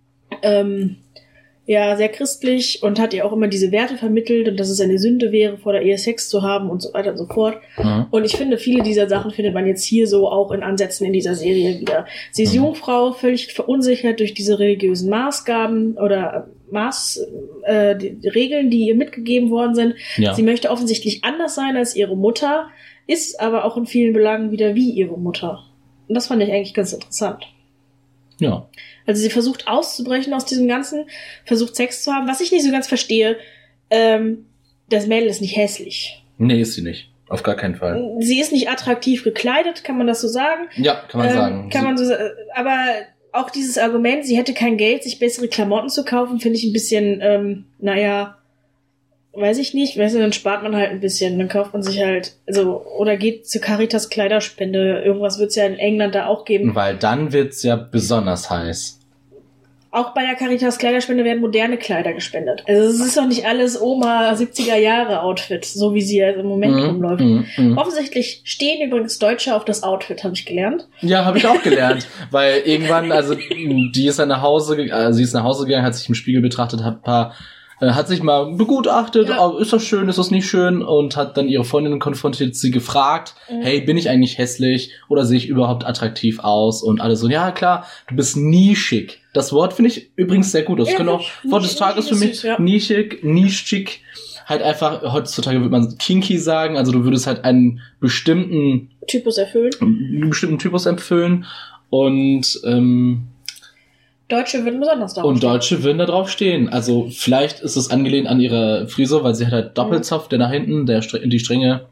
Speaker 1: ähm, ja sehr christlich und hat ihr auch immer diese Werte vermittelt und dass es eine Sünde wäre, vor der Ehe Sex zu haben und so weiter und so fort. Mhm. Und ich finde, viele dieser Sachen findet man jetzt hier so auch in Ansätzen in dieser Serie wieder. Sie ist mhm. Jungfrau, völlig verunsichert durch diese religiösen Maßgaben oder Maß, äh, die, die Regeln, die ihr mitgegeben worden sind. Ja. Sie möchte offensichtlich anders sein als ihre Mutter, ist aber auch in vielen Belangen wieder wie ihre Mutter. Und das fand ich eigentlich ganz interessant.
Speaker 2: Ja.
Speaker 1: Also sie versucht auszubrechen aus diesem Ganzen, versucht Sex zu haben. Was ich nicht so ganz verstehe, ähm, das Mädel ist nicht hässlich.
Speaker 2: Nee, ist sie nicht. Auf gar keinen Fall.
Speaker 1: Sie ist nicht attraktiv gekleidet, kann man das so sagen?
Speaker 2: Ja, kann man ähm, sagen.
Speaker 1: Kann man so, aber auch dieses Argument, sie hätte kein Geld, sich bessere Klamotten zu kaufen, finde ich ein bisschen, ähm, naja, weiß ich nicht, weißt du, dann spart man halt ein bisschen, dann kauft man sich halt, also, oder geht zur Caritas Kleiderspende, irgendwas wird's ja in England da auch geben.
Speaker 2: Weil dann wird's ja besonders heiß.
Speaker 1: Auch bei der Caritas Kleiderspende werden moderne Kleider gespendet. Also es ist doch nicht alles Oma siebziger Jahre Outfit, so wie sie ja im Moment mm, rumläuft. Mm, mm. Offensichtlich stehen übrigens Deutsche auf das Outfit, habe ich gelernt.
Speaker 2: Ja, habe ich auch gelernt, weil irgendwann, also die ist dann nach Hause, also sie ist nach Hause gegangen, hat sich im Spiegel betrachtet, hat ein paar hat sich mal begutachtet, ja. oh, ist das schön, ist das nicht schön, und hat dann ihre Freundin konfrontiert, sie gefragt, mhm. hey, bin ich eigentlich hässlich oder sehe ich überhaupt attraktiv aus? Und alle so, ja klar, du bist nischig. Das Wort finde ich übrigens sehr gut. Das ja, können auch Wort des Tages für mich. Süß, ja. Nischig, nischig. Halt einfach, heutzutage würde man kinky sagen, also du würdest halt einen bestimmten
Speaker 1: Typus erfüllen.
Speaker 2: Einen bestimmten Typus erfüllen und ähm,
Speaker 1: Deutsche würden besonders drauf
Speaker 2: Und stehen. Deutsche würden da drauf stehen. Also vielleicht ist es angelehnt an ihre Frisur, weil sie hat halt Doppelzopf, der nach hinten, der die Strähne,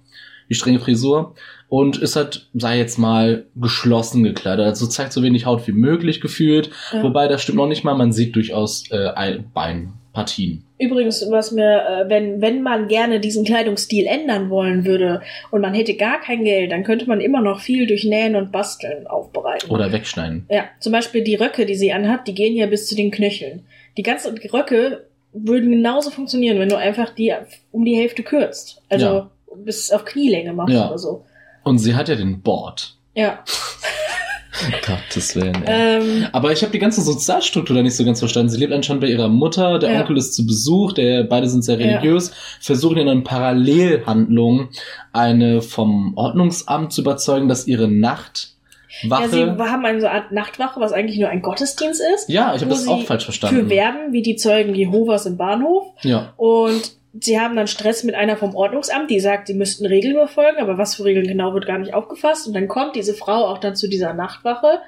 Speaker 2: die strenge Frisur und ist halt, sei jetzt mal, geschlossen gekleidet. Also zeigt so wenig Haut wie möglich gefühlt. Ja. Wobei, das stimmt noch nicht mal, man sieht durchaus äh, Beinpartien.
Speaker 1: Übrigens, was mir, äh, wenn, wenn man gerne diesen Kleidungsstil ändern wollen würde und man hätte gar kein Geld, dann könnte man immer noch viel durch Nähen und Basteln aufbereiten.
Speaker 2: Oder wegschneiden.
Speaker 1: Ja, zum Beispiel die Röcke, die sie anhat, die gehen ja bis zu den Knöcheln. Die ganzen Röcke würden genauso funktionieren, wenn du einfach die um die Hälfte kürzt. Also ja. bis auf Knielänge machst ja. oder so.
Speaker 2: Und sie hat ja den Bord.
Speaker 1: Ja.
Speaker 2: Gottes Willen. Ähm, Aber ich habe die ganze Sozialstruktur da nicht so ganz verstanden. Sie lebt anscheinend bei ihrer Mutter, der ja. Onkel ist zu Besuch, der beide sind sehr religiös, ja. versuchen in einer Parallelhandlung eine vom Ordnungsamt zu überzeugen, dass ihre Nachtwache...
Speaker 1: Ja, sie haben eine so Art Nachtwache, was eigentlich nur ein Gottesdienst ist.
Speaker 2: Ja, ich habe das auch falsch verstanden.
Speaker 1: Für werben, wie die Zeugen Jehovas im Bahnhof.
Speaker 2: Ja.
Speaker 1: Und sie haben dann Stress mit einer vom Ordnungsamt, die sagt, sie müssten Regeln befolgen, aber was für Regeln genau wird gar nicht aufgefasst. Und dann kommt diese Frau auch dann zu dieser Nachtwache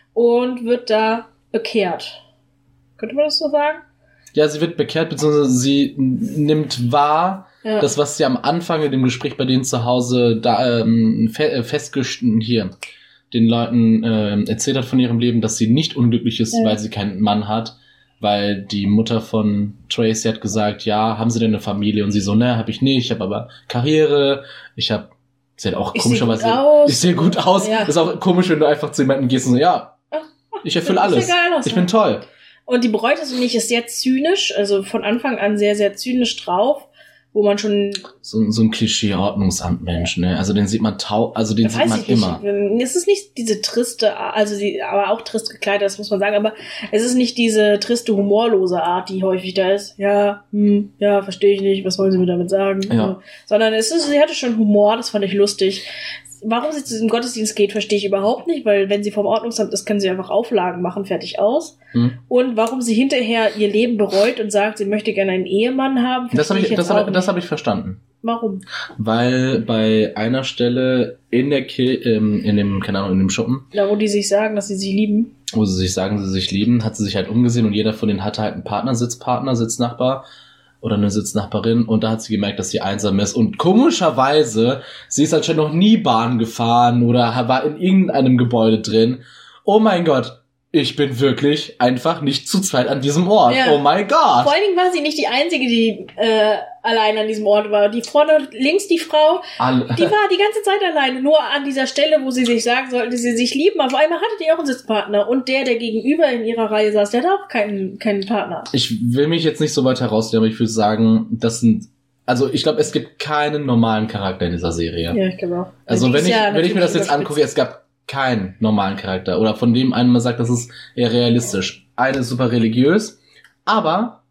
Speaker 1: und wird da bekehrt. Könnte man das so sagen?
Speaker 2: Ja, sie wird bekehrt, beziehungsweise sie nimmt wahr, ja. das, was sie am Anfang in dem Gespräch bei denen zu Hause da ähm, fe- festgestellt hier den Leuten äh, erzählt hat von ihrem Leben, dass sie nicht unglücklich ist, ja. weil sie keinen Mann hat. Weil die Mutter von Tracy hat gesagt, ja, haben sie denn eine Familie? Und sie so, ne, hab ich nicht, ich habe aber Karriere, ich habe, sie hat auch
Speaker 1: ich
Speaker 2: komischerweise,
Speaker 1: seh
Speaker 2: ich sehe gut aus.
Speaker 1: Ja.
Speaker 2: Ist auch komisch, wenn du einfach zu jemandem gehst und so, ja, ich erfülle alles, aus, ich bin toll.
Speaker 1: Und die bereut es nicht, ist sehr zynisch, also von Anfang an sehr, sehr zynisch drauf, wo man schon...
Speaker 2: So, so ein Klischee-Ordnungsamt-Mensch, ne? Also den sieht man tau, also den sieht man immer.
Speaker 1: Nicht. Es ist nicht diese triste, also sie, aber auch trist gekleidet, das muss man sagen, aber es ist nicht diese triste, humorlose Art, die häufig da ist. Ja, hm, ja, verstehe ich nicht, was wollen sie mir damit sagen?
Speaker 2: Ja.
Speaker 1: Ja. Sondern es ist, sie hatte schon Humor, das fand ich lustig. Warum sie zu diesem Gottesdienst geht, verstehe ich überhaupt nicht, weil wenn sie vom Ordnungsamt ist, kann sie einfach Auflagen machen, fertig aus. Hm. Und warum sie hinterher ihr Leben bereut und sagt, sie möchte gerne einen Ehemann haben,
Speaker 2: das habe ich, das habe, das habe ich verstanden.
Speaker 1: Warum?
Speaker 2: Weil bei einer Stelle in der Kirche, ähm, in dem, keine Ahnung, in dem Schuppen.
Speaker 1: Da, wo die sich sagen, dass sie sich lieben.
Speaker 2: Wo sie sich sagen, sie sich lieben, hat sie sich halt umgesehen und jeder von denen hatte halt einen Partner, Sitzpartner, Sitznachbar. Oder eine Sitznachbarin und da hat sie gemerkt, dass sie einsam ist und komischerweise, sie ist anscheinend noch nie Bahn gefahren oder war in irgendeinem Gebäude drin. Oh mein Gott, ich bin wirklich einfach nicht zu zweit an diesem Ort. Ja. Oh mein Gott.
Speaker 1: Vor allen Dingen war sie nicht die Einzige, die äh, allein an diesem Ort war. Die vorne links, die Frau, Alle. die war die ganze Zeit alleine. Nur an dieser Stelle, wo sie sich sagen sollte, sie sich lieben. Auf einmal hatte die auch einen Sitzpartner. Und der, der gegenüber in ihrer Reihe saß, der hat auch keinen, keinen Partner.
Speaker 2: Ich will mich jetzt nicht so weit herausnehmen, aber ich würde sagen, das sind... Also ich glaube, es gibt keinen normalen Charakter in dieser Serie.
Speaker 1: Ja, ich glaube auch.
Speaker 2: Also wenn ich, wenn ich mir das jetzt angucke, es gab keinen normalen Charakter. Oder von dem einen man sagt, das ist eher realistisch. Eine ist super religiös, aber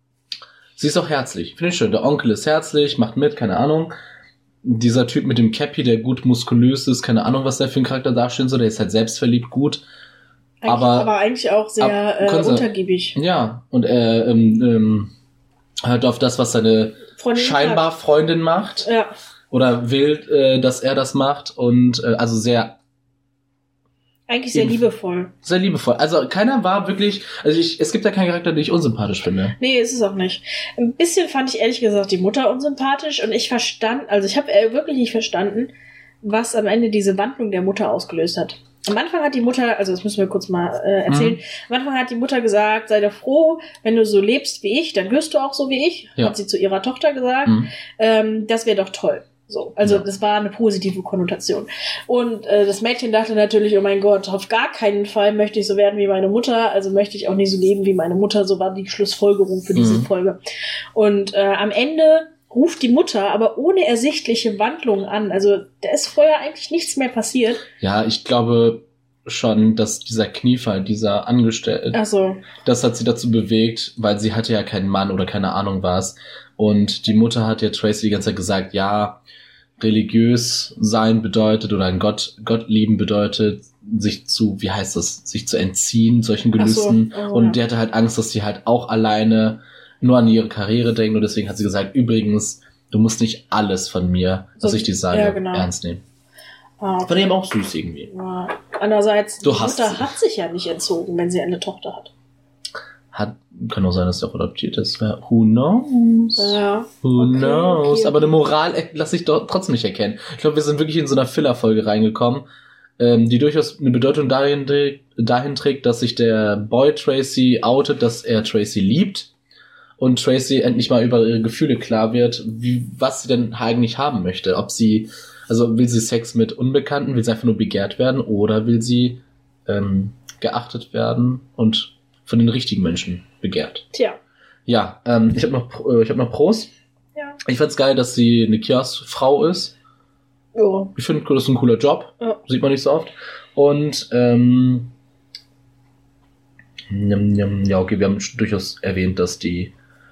Speaker 2: sie ist auch herzlich. Finde ich schön. Der Onkel ist herzlich, macht mit, keine Ahnung. Dieser Typ mit dem Cappy, der gut muskulös ist, keine Ahnung, was der für ein Charakter darstellen soll. Der ist halt selbstverliebt, gut.
Speaker 1: Eigentlich, aber, aber eigentlich auch sehr ab, äh, untergiebig.
Speaker 2: Ja, und er ähm, ähm, hört auf das, was seine Freundin scheinbar hat. Freundin macht.
Speaker 1: Ja.
Speaker 2: Oder will, äh, dass er das macht. Und äh, also sehr
Speaker 1: eigentlich sehr liebevoll.
Speaker 2: Sehr liebevoll. Also keiner war wirklich, also ich, es gibt ja keinen Charakter, den ich unsympathisch finde.
Speaker 1: Nee, ist es auch nicht. Ein bisschen fand ich ehrlich gesagt die Mutter unsympathisch und ich verstand, also ich habe wirklich nicht verstanden, was am Ende diese Wandlung der Mutter ausgelöst hat. Am Anfang hat die Mutter, also das müssen wir kurz mal äh, erzählen, mhm. am Anfang hat die Mutter gesagt, sei doch froh, wenn du so lebst wie ich, dann wirst du auch so wie ich, ja. hat sie zu ihrer Tochter gesagt. Mhm. Ähm, das wäre doch toll. So, also ja. das war eine positive Konnotation. Und äh, das Mädchen dachte natürlich, oh mein Gott, auf gar keinen Fall möchte ich so werden wie meine Mutter, also möchte ich auch nicht so leben wie meine Mutter. So war die Schlussfolgerung für diese mhm. Folge. Und äh, am Ende ruft die Mutter aber ohne ersichtliche Wandlung an. Also da ist vorher eigentlich nichts mehr passiert.
Speaker 2: Ja, ich glaube schon, dass dieser Kniefall, dieser Angestellte,
Speaker 1: Ach so.
Speaker 2: das hat sie dazu bewegt, weil sie hatte ja keinen Mann oder keine Ahnung was. Und die Mutter hat ja Tracy die ganze Zeit gesagt, ja, religiös sein bedeutet oder ein Gott, Gott lieben bedeutet, sich zu, wie heißt das, sich zu entziehen, solchen Gelüsten. So, oh, und ja. die hatte halt Angst, dass sie halt auch alleine nur an ihre Karriere denkt und deswegen hat sie gesagt, übrigens, du musst nicht alles von mir, was so, ich dir sage, ja, genau. ernst nehmen.
Speaker 1: Ah, okay.
Speaker 2: Von dem auch süß irgendwie.
Speaker 1: Ja. Andererseits,
Speaker 2: du
Speaker 1: die Mutter hat sich ja nicht entzogen, wenn sie eine Tochter hat.
Speaker 2: Hat, kann auch sein, dass der auch adoptiert ist. Who knows?
Speaker 1: Ja.
Speaker 2: Who
Speaker 1: Okay,
Speaker 2: knows?
Speaker 1: okay.
Speaker 2: Aber eine Moral lasse ich dort trotzdem nicht erkennen. Ich glaube, wir sind wirklich in so einer Filler-Folge reingekommen, ähm, die durchaus eine Bedeutung dahin, dahin trägt, dass sich der Boy Tracy outet, dass er Tracy liebt und Tracy endlich mal über ihre Gefühle klar wird, wie, was sie denn eigentlich haben möchte. Ob sie, also will sie Sex mit Unbekannten, will sie einfach nur begehrt werden oder will sie ähm, geachtet werden und von den richtigen Menschen begehrt.
Speaker 1: Tja.
Speaker 2: Ja, ähm, ich habe noch, äh, ich hab noch Pros.
Speaker 1: Ja.
Speaker 2: Ich find's geil, dass sie eine Kioskfrau ist.
Speaker 1: Ja.
Speaker 2: Ich finde, das ist ein cooler Job.
Speaker 1: Ja.
Speaker 2: Sieht man nicht so oft. Und, ähm, ja, okay, wir haben durchaus erwähnt, dass die,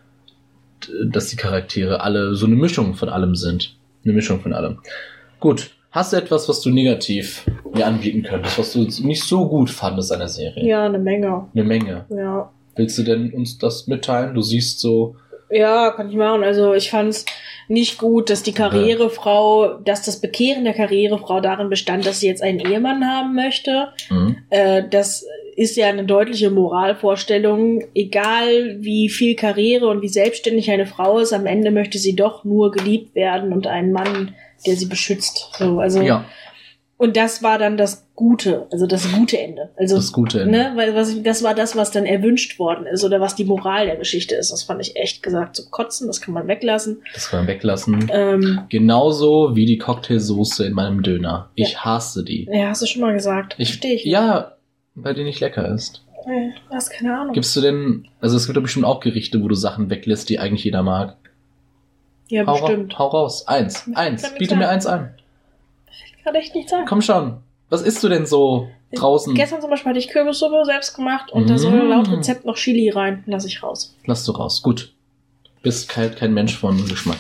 Speaker 2: dass die Charaktere alle so eine Mischung von allem sind. Eine Mischung von allem. Gut. Hast du etwas, was du negativ mir anbieten könntest, was du nicht so gut fandest an der Serie?
Speaker 1: Ja, eine Menge.
Speaker 2: Eine Menge.
Speaker 1: Ja.
Speaker 2: Willst du denn uns das mitteilen? Du siehst so...
Speaker 1: Ja, kann ich machen. Also ich fand's nicht gut, dass die Karrierefrau, dass das Bekehren der Karrierefrau darin bestand, dass sie jetzt einen Ehemann haben möchte.
Speaker 2: Mhm.
Speaker 1: Äh, das ist ja eine deutliche Moralvorstellung. Egal wie viel Karriere und wie selbstständig eine Frau ist, am Ende möchte sie doch nur geliebt werden und einen Mann, der sie beschützt. So, also
Speaker 2: Ja.
Speaker 1: Und das war dann das Gute, also das gute Ende. Also,
Speaker 2: Das gute Ende.
Speaker 1: Ne, weil was, das war das, was dann erwünscht worden ist oder was die Moral der Geschichte ist. Das fand ich echt gesagt zum Kotzen, das kann man weglassen.
Speaker 2: Das kann man weglassen.
Speaker 1: Ähm,
Speaker 2: Genauso wie die Cocktailsoße in meinem Döner. Ich
Speaker 1: Ja.
Speaker 2: hasse die.
Speaker 1: ja, hast du schon mal gesagt.
Speaker 2: Ich,
Speaker 1: Verstehe ich.
Speaker 2: Ja, weil die nicht lecker ist.
Speaker 1: Nee, du hast keine Ahnung.
Speaker 2: Gibst du denn, also es gibt doch bestimmt auch Gerichte, wo du Sachen weglässt, die eigentlich jeder mag.
Speaker 1: ja,
Speaker 2: Hau,
Speaker 1: bestimmt.
Speaker 2: hau raus. Eins.
Speaker 1: Kann
Speaker 2: Eins.
Speaker 1: nichts
Speaker 2: Biete mir
Speaker 1: sagen.
Speaker 2: eins an.
Speaker 1: Ich kann echt nicht sagen.
Speaker 2: Komm schon. Was isst du denn so draußen?
Speaker 1: Gestern zum Beispiel hatte ich Kürbissuppe selbst gemacht und da
Speaker 2: Mm.
Speaker 1: soll laut Rezept noch Chili rein. Lass ich raus.
Speaker 2: Lass du raus. Gut. Bist kein, kein Mensch von Geschmack.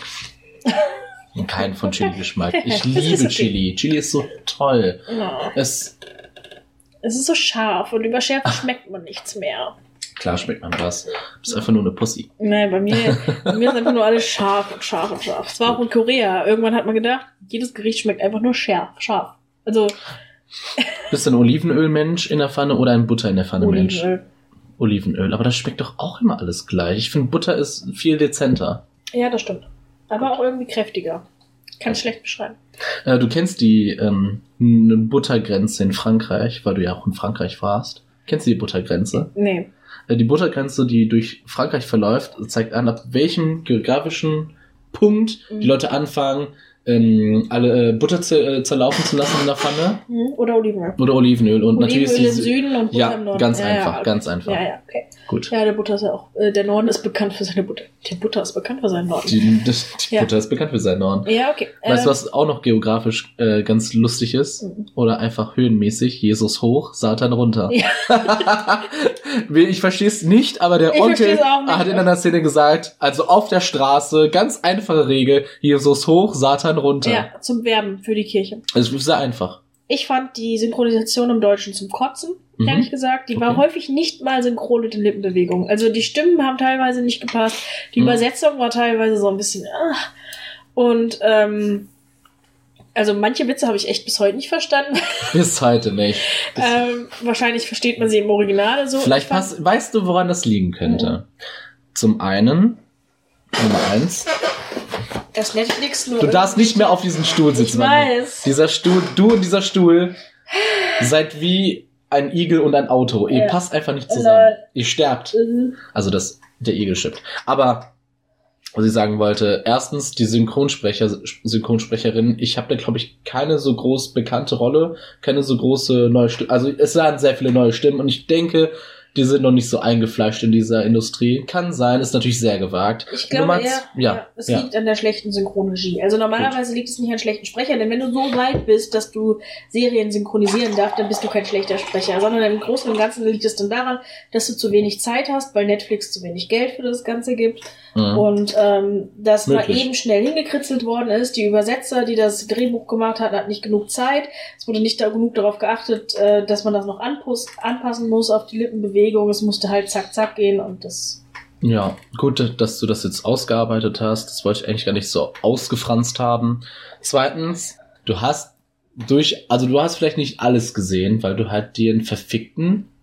Speaker 2: Kein von Chili-Geschmack. Ich
Speaker 1: Das ist
Speaker 2: liebe
Speaker 1: okay.
Speaker 2: Chili. Chili ist so toll.
Speaker 1: Ja.
Speaker 2: Es,
Speaker 1: Es ist so scharf und über Schärfe schmeckt man nichts mehr.
Speaker 2: klar schmeckt man was. Du bist einfach nur eine Pussy.
Speaker 1: Nein, bei mir, bei mir ist einfach nur alles scharf und scharf und scharf. Es war auch in Korea. Irgendwann hat man gedacht, jedes Gericht schmeckt einfach nur scharf. scharf. Also
Speaker 2: Bist du ein Olivenölmensch in der Pfanne oder ein Butter in der Pfanne Mensch?
Speaker 1: Olivenöl.
Speaker 2: Olivenöl. Aber das schmeckt doch auch immer alles gleich. Ich finde, Butter ist viel dezenter.
Speaker 1: Ja, das stimmt. Aber auch irgendwie kräftiger. Kann ich schlecht beschreiben.
Speaker 2: Äh, du kennst die ähm, eine Buttergrenze in Frankreich, weil du ja auch in Frankreich warst. Kennst du die Buttergrenze?
Speaker 1: Nee.
Speaker 2: Äh, die Buttergrenze, die durch Frankreich verläuft, zeigt an, ab welchem geografischen Punkt
Speaker 1: Mhm.
Speaker 2: die Leute anfangen, ähm, alle äh, Butter zer äh, zerlaufen zu lassen in der Pfanne.
Speaker 1: Hm? Oder Olivenöl.
Speaker 2: Oder Olivenöl. Und natürlich
Speaker 1: Olivenöl
Speaker 2: ist
Speaker 1: im
Speaker 2: die,
Speaker 1: Süden und Butter
Speaker 2: ja,
Speaker 1: im Norden.
Speaker 2: ganz
Speaker 1: ja,
Speaker 2: einfach,
Speaker 1: ja, okay.
Speaker 2: ganz einfach.
Speaker 1: Ja, ja, okay.
Speaker 2: Gut.
Speaker 1: Ja, der Butter ist ja auch, äh, der Norden ist bekannt für seine Butter. Der Butter ist bekannt für seinen Norden.
Speaker 2: Die, das, die
Speaker 1: Ja.
Speaker 2: Butter ist bekannt für seinen Norden.
Speaker 1: Ja, okay.
Speaker 2: Weißt du,
Speaker 1: Ähm,
Speaker 2: was auch noch geografisch äh, ganz lustig ist?
Speaker 1: Mhm.
Speaker 2: Oder einfach höhenmäßig? Jesus hoch, Satan runter.
Speaker 1: Ja.
Speaker 2: Ich verstehe es nicht, aber der
Speaker 1: Ich
Speaker 2: Onkel
Speaker 1: versteh's auch nicht.
Speaker 2: hat in einer Szene gesagt, also auf der Straße, ganz einfache Regel, Jesus hoch, Satan runter.
Speaker 1: Ja, zum Werben für die Kirche.
Speaker 2: Es ist sehr einfach.
Speaker 1: Ich fand die Synchronisation im Deutschen zum Kotzen,
Speaker 2: Mhm.
Speaker 1: ehrlich gesagt. Die war
Speaker 2: Okay.
Speaker 1: häufig nicht mal synchron mit den Lippenbewegungen. Also die Stimmen haben teilweise nicht gepasst. Die
Speaker 2: Mhm.
Speaker 1: Übersetzung war teilweise so ein bisschen... Ah. Und ähm, also manche Witze habe ich echt bis heute nicht verstanden.
Speaker 2: Bis heute nicht. Bis
Speaker 1: ähm, wahrscheinlich versteht man sie im Original so.
Speaker 2: Vielleicht
Speaker 1: Ich fand-
Speaker 2: passt, weißt du, woran das liegen könnte? Zum einen, Nummer eins,
Speaker 1: Das Netflix nur
Speaker 2: du darfst nicht mehr auf diesem Stuhl
Speaker 1: Ich
Speaker 2: sitzen. Mann.
Speaker 1: weiß.
Speaker 2: Dieser Stuhl, du und dieser Stuhl seid wie ein Igel und ein Auto. Ihr
Speaker 1: Ja.
Speaker 2: passt einfach nicht zusammen.
Speaker 1: Lol.
Speaker 2: Ihr sterbt.
Speaker 1: Mhm.
Speaker 2: Also das, der Igel stirbt. Aber was ich sagen wollte, erstens die Synchronsprecher, Synchronsprecherin, ich habe da glaube ich keine so groß bekannte Rolle, keine so große neue Stimme. Also es waren sehr viele neue Stimmen und ich denke, die sind noch nicht so eingefleischt in dieser Industrie. Kann sein, ist natürlich sehr gewagt.
Speaker 1: Ich glaube
Speaker 2: Nummer
Speaker 1: eher,
Speaker 2: z-
Speaker 1: ja,
Speaker 2: ja,
Speaker 1: es
Speaker 2: ja.
Speaker 1: liegt an der schlechten Synchronregie. Also normalerweise liegt es nicht an schlechten Sprechern, denn wenn du so weit bist, dass du Serien synchronisieren darfst, dann bist du kein schlechter Sprecher, sondern im Großen und Ganzen liegt es dann daran, dass du zu wenig Zeit hast, weil Netflix zu wenig Geld für das Ganze gibt
Speaker 2: Mhm.
Speaker 1: und ähm, das mal
Speaker 2: Möglich.
Speaker 1: eben schnell hingekritzelt worden ist. Die Übersetzer, die das Drehbuch gemacht hatten, hatten nicht genug Zeit. Es wurde nicht da genug darauf geachtet, äh, dass man das noch anpus- anpassen muss auf die Lippenbewegung. Es musste halt zack, zack gehen und das...
Speaker 2: Ja, gut, dass du das jetzt ausgearbeitet hast. Das wollte ich eigentlich gar nicht so ausgefranst haben. Zweitens, du hast durch, also du hast vielleicht nicht alles gesehen, weil du halt den verfickten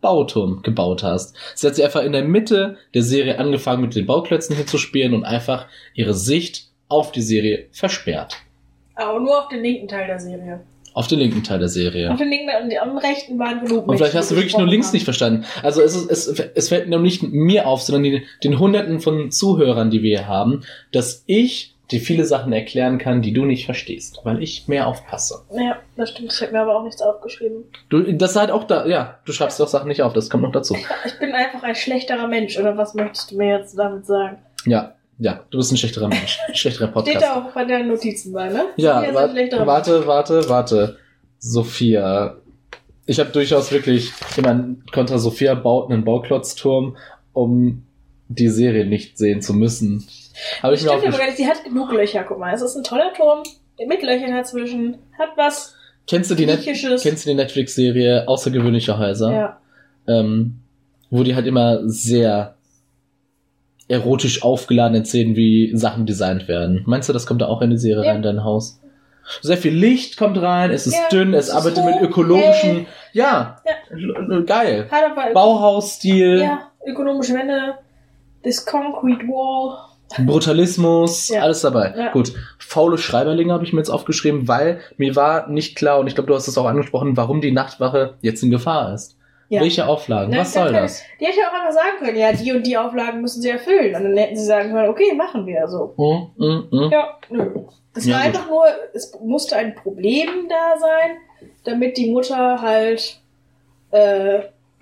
Speaker 2: Bauturm gebaut hast. Sie hat sie einfach in der Mitte der Serie angefangen, mit den Bauklötzen hinzuspielen und einfach ihre Sicht auf die Serie versperrt.
Speaker 1: Aber nur auf den linken Teil der Serie.
Speaker 2: Auf den linken Teil der Serie.
Speaker 1: Auf den linken und am rechten waren genug.
Speaker 2: Und vielleicht hast du wirklich nur links haben. nicht verstanden. Also es, ist, es, es fällt nur nicht mir auf, sondern die, den Hunderten von Zuhörern, die wir hier haben, dass ich dir viele Sachen erklären kann, die du nicht verstehst, weil ich mehr aufpasse.
Speaker 1: Ja, das stimmt. Ich habe mir aber auch nichts aufgeschrieben.
Speaker 2: Du, das ist halt auch da, ja, du schreibst doch Sachen nicht auf, das kommt noch dazu.
Speaker 1: Ich bin einfach ein schlechterer Mensch, oder was möchtest du mir jetzt damit sagen?
Speaker 2: Ja. Ja, du bist ein schlechterer Mensch. Ein schlechterer Podcast.
Speaker 1: Steht da auch bei deinen Notizen bei, ne?
Speaker 2: Ja, wa- warte, warte, warte. Sophia. Ich habe durchaus wirklich jemand kontra Sophia baut einen Bauklotzturm, um die Serie nicht sehen zu müssen. Habe ich mir auch
Speaker 1: aber gar nicht. Sie hat genug Löcher, guck mal. Es ist ein toller Turm mit Löchern dazwischen. Hat was
Speaker 2: Kennst du die, Net- kennst du die Netflix-Serie Außergewöhnliche Häuser?
Speaker 1: Ja.
Speaker 2: Ähm, wo die halt immer sehr erotisch aufgeladen erzählen, wie Sachen designt werden. Meinst du, das kommt da auch in die Serie ja. rein, dein Haus? Sehr viel Licht kommt rein, es ist ja, dünn, es, es arbeitet mit ökologischen... Hey. Ja, ja, geil. Bauhausstil.
Speaker 1: Ja, ökonomische Wände, this concrete wall.
Speaker 2: Brutalismus, ja. alles dabei. Ja. Gut, faule Schreiberlinge habe ich mir jetzt aufgeschrieben, weil mir war nicht klar, und ich glaube, du hast es auch angesprochen, warum die Nachtwache jetzt in Gefahr ist. Ja. Welche Auflagen? Na, was soll das?
Speaker 1: Die hätte ja auch einfach sagen können, ja, die und die Auflagen müssen sie erfüllen. Und dann hätten sie sagen können, okay, machen wir so.
Speaker 2: Mm, mm, mm.
Speaker 1: Ja, nö. Es ja, war gut. einfach nur, es musste ein Problem da sein, damit die Mutter halt, äh,